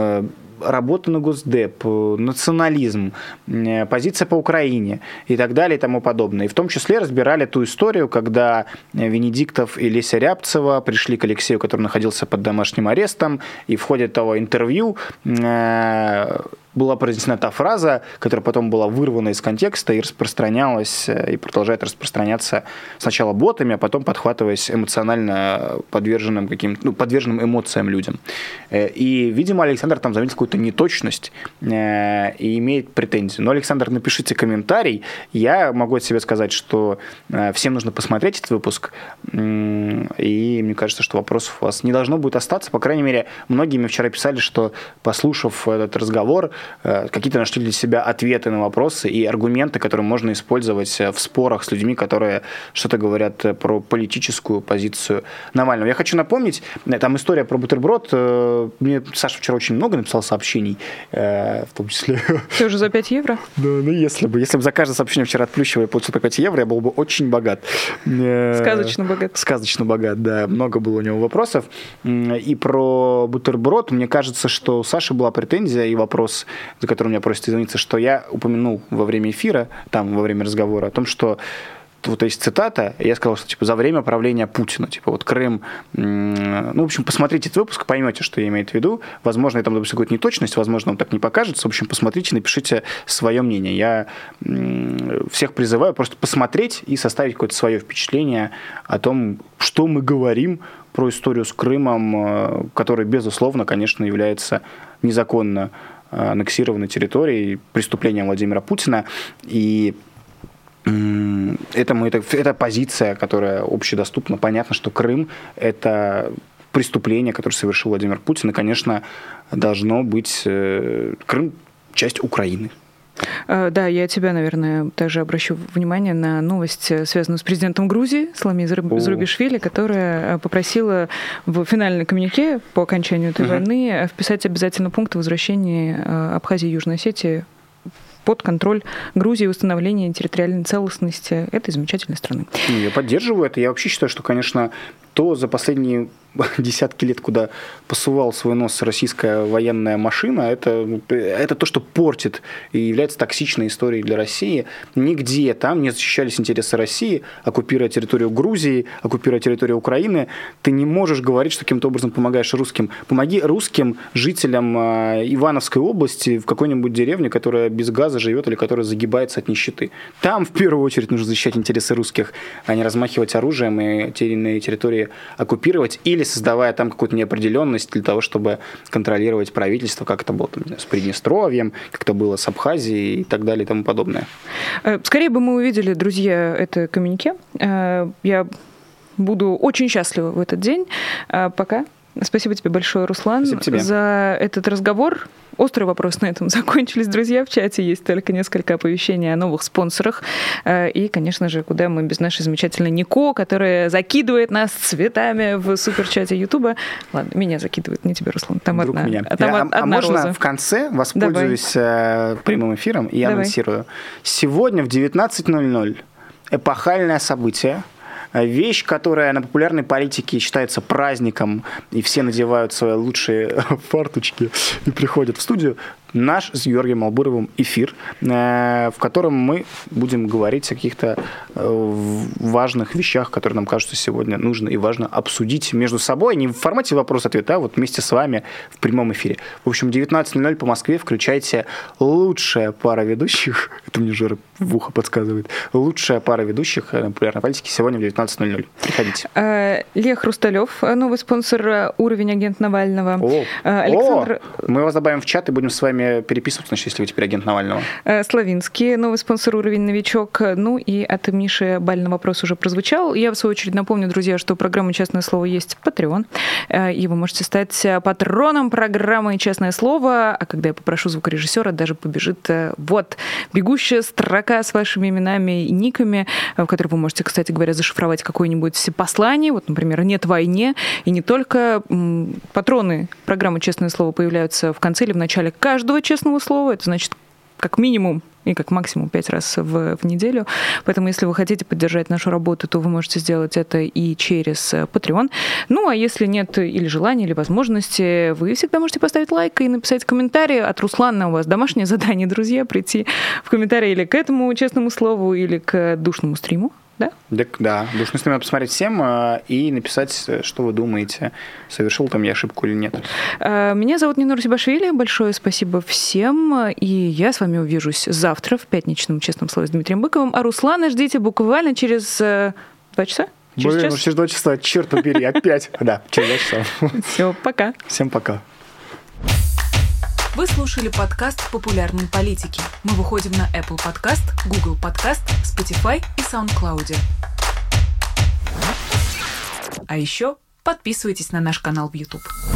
работа на Госдеп, национализм, позиция по Украине и так далее и тому подобное. И в том числе разбирали ту историю, когда Венедиктов и Леся Рябцева пришли к Алексею, который находился под домашним арестом, и в ходе того интервью была произнесена та фраза, которая потом была вырвана из контекста и распространялась, и продолжает распространяться сначала ботами, а потом подхватываясь эмоционально подверженным эмоциям людям. И, видимо, Александр там заметил какую-то неточность и имеет претензии. Но, Александр, напишите комментарий. Я могу от себя сказать, что всем нужно посмотреть этот выпуск, и мне кажется, что вопросов у вас не должно будет остаться. По крайней мере, многие мне вчера писали, что, послушав этот разговор, какие-то нашли для себя ответы на вопросы и аргументы, которые можно использовать в спорах с людьми, которые что-то говорят про политическую позицию Навального. Я хочу напомнить, там история про бутерброд. Мне Саша вчера очень много написал сообщений, в том числе... Ты уже за 5 евро? Да, если бы за каждое сообщение вчера от Плющева я получил по 5 евро, я был бы очень богат. Сказочно богат. Сказочно богат, да. Много было у него вопросов. И про бутерброд, мне кажется, что у Саши была претензия и вопрос, за который меня просят извиниться, что я упомянул во время эфира, во время разговора, о том, что вот есть цитата, я сказал, что за время правления Путина, Крым, в общем, посмотрите этот выпуск, поймете, что я имею в виду. Возможно, я там допустим какую-то неточность, возможно, вам так не покажется. В общем, посмотрите, напишите свое мнение. Я всех призываю просто посмотреть и составить какое-то свое впечатление о том, что мы говорим про историю с Крымом, которая, безусловно, конечно, является незаконно аннексированной территорией, преступлением Владимира Путина. И это позиция, которая общедоступна. Понятно, что Крым – это преступление, которое совершил Владимир Путин. И, конечно, должно быть Крым – часть Украины. Да, я тебя, наверное, также обращу внимание на новость, связанную с президентом Грузии Саломе Зурабишвили, которая попросила в финальной коммюнике по окончанию этой войны вписать обязательно пункт о возвращении Абхазии и Южной Осетии под контроль Грузии и установления территориальной целостности этой замечательной страны. Я поддерживаю это. Я вообще считаю, что, конечно, то за последние десятки лет, куда посувала свой нос российская военная машина, это то, что портит и является токсичной историей для России. Нигде там не защищались интересы России, оккупируя территорию Грузии, оккупируя территорию Украины. Ты не можешь говорить, что каким-то образом помогаешь русским. Помоги русским жителям Ивановской области в какой-нибудь деревне, которая без газа живет или которая загибается от нищеты. Там в первую очередь нужно защищать интересы русских, а не размахивать оружием и те или иные территории оккупировать, или создавая там какую-то неопределенность для того, чтобы контролировать правительство, как это было там, с Приднестровьем, как это было с Абхазией и так далее и тому подобное. Скорее бы мы увидели, друзья, это коммюнике. Я буду очень счастлива в этот день. Пока. Спасибо тебе большое, Руслан, за этот разговор. Острый вопрос на этом закончились, друзья. В чате есть только несколько оповещений о новых спонсорах. И, конечно же, куда мы без нашей замечательной Нико, которая закидывает нас цветами в суперчате Ютуба. Ладно, меня закидывает, не тебя, Руслан. Там вдруг одна, меня. одна можно роза. В конце воспользуюсь прямым эфиром и анонсирую. Сегодня в 19:00 эпохальное событие. Вещь, которая на популярной политике считается праздником, и все надевают свои лучшие фарточки и приходят в студию. Наш с Георгием Албуровым эфир, в котором мы будем говорить о каких-то важных вещах, которые нам кажутся сегодня нужно и важно обсудить между собой, не в формате вопрос-ответ, а вот вместе с вами в прямом эфире. В общем, 19:00 по Москве, включайте лучшая пара ведущих, это мне Жора в ухо подсказывает, лучшая пара ведущих на популярной политике сегодня в 19:00. Приходите. Лех Хрусталев, новый спонсор «Уровень агент Навального». Александр... Мы вас добавим в чат и будем с вами переписываться, значит, если вы теперь агент Навального. Славинский, новый спонсор «Уровень новичок». Ну и от Миши Балина вопрос уже прозвучал. Я, в свою очередь, напомню, друзья, что у программы «Честное слово» есть Patreon, и вы можете стать патроном программы «Честное слово». А когда я попрошу звукорежиссера, даже побежит вот бегущая строка с вашими именами и никами, в которой вы можете, кстати говоря, зашифровать какое-нибудь послание. Вот, например, «Нет войне». И не только патроны программы «Честное слово» появляются в конце или в начале каждого честного слова. Это значит, как минимум и как максимум 5 раз в неделю. Поэтому, если вы хотите поддержать нашу работу, то вы можете сделать это и через Patreon. Ну, а если нет или желания, или возможности, вы всегда можете поставить лайк и написать комментарий. От Руслана у вас домашнее задание, друзья, прийти в комментарии или к этому честному слову, или к душному стриму. Да? Да, душный стрим надо посмотреть всем и написать, что вы думаете, совершил там я ошибку или нет. Меня зовут Нина Русибашвили, большое спасибо всем, и я с вами увижусь завтра в пятничном «Честном слове» с Дмитрием Быковым, а Руслана ждите буквально через 2 часа. Через 2 часа, черт побери, опять. Да, через 2 часа. Все, пока. Всем пока. Вы слушали подкаст «Популярной политики». Мы выходим на Apple Podcast, Google Podcast, Spotify и SoundCloud. А еще подписывайтесь на наш канал в YouTube.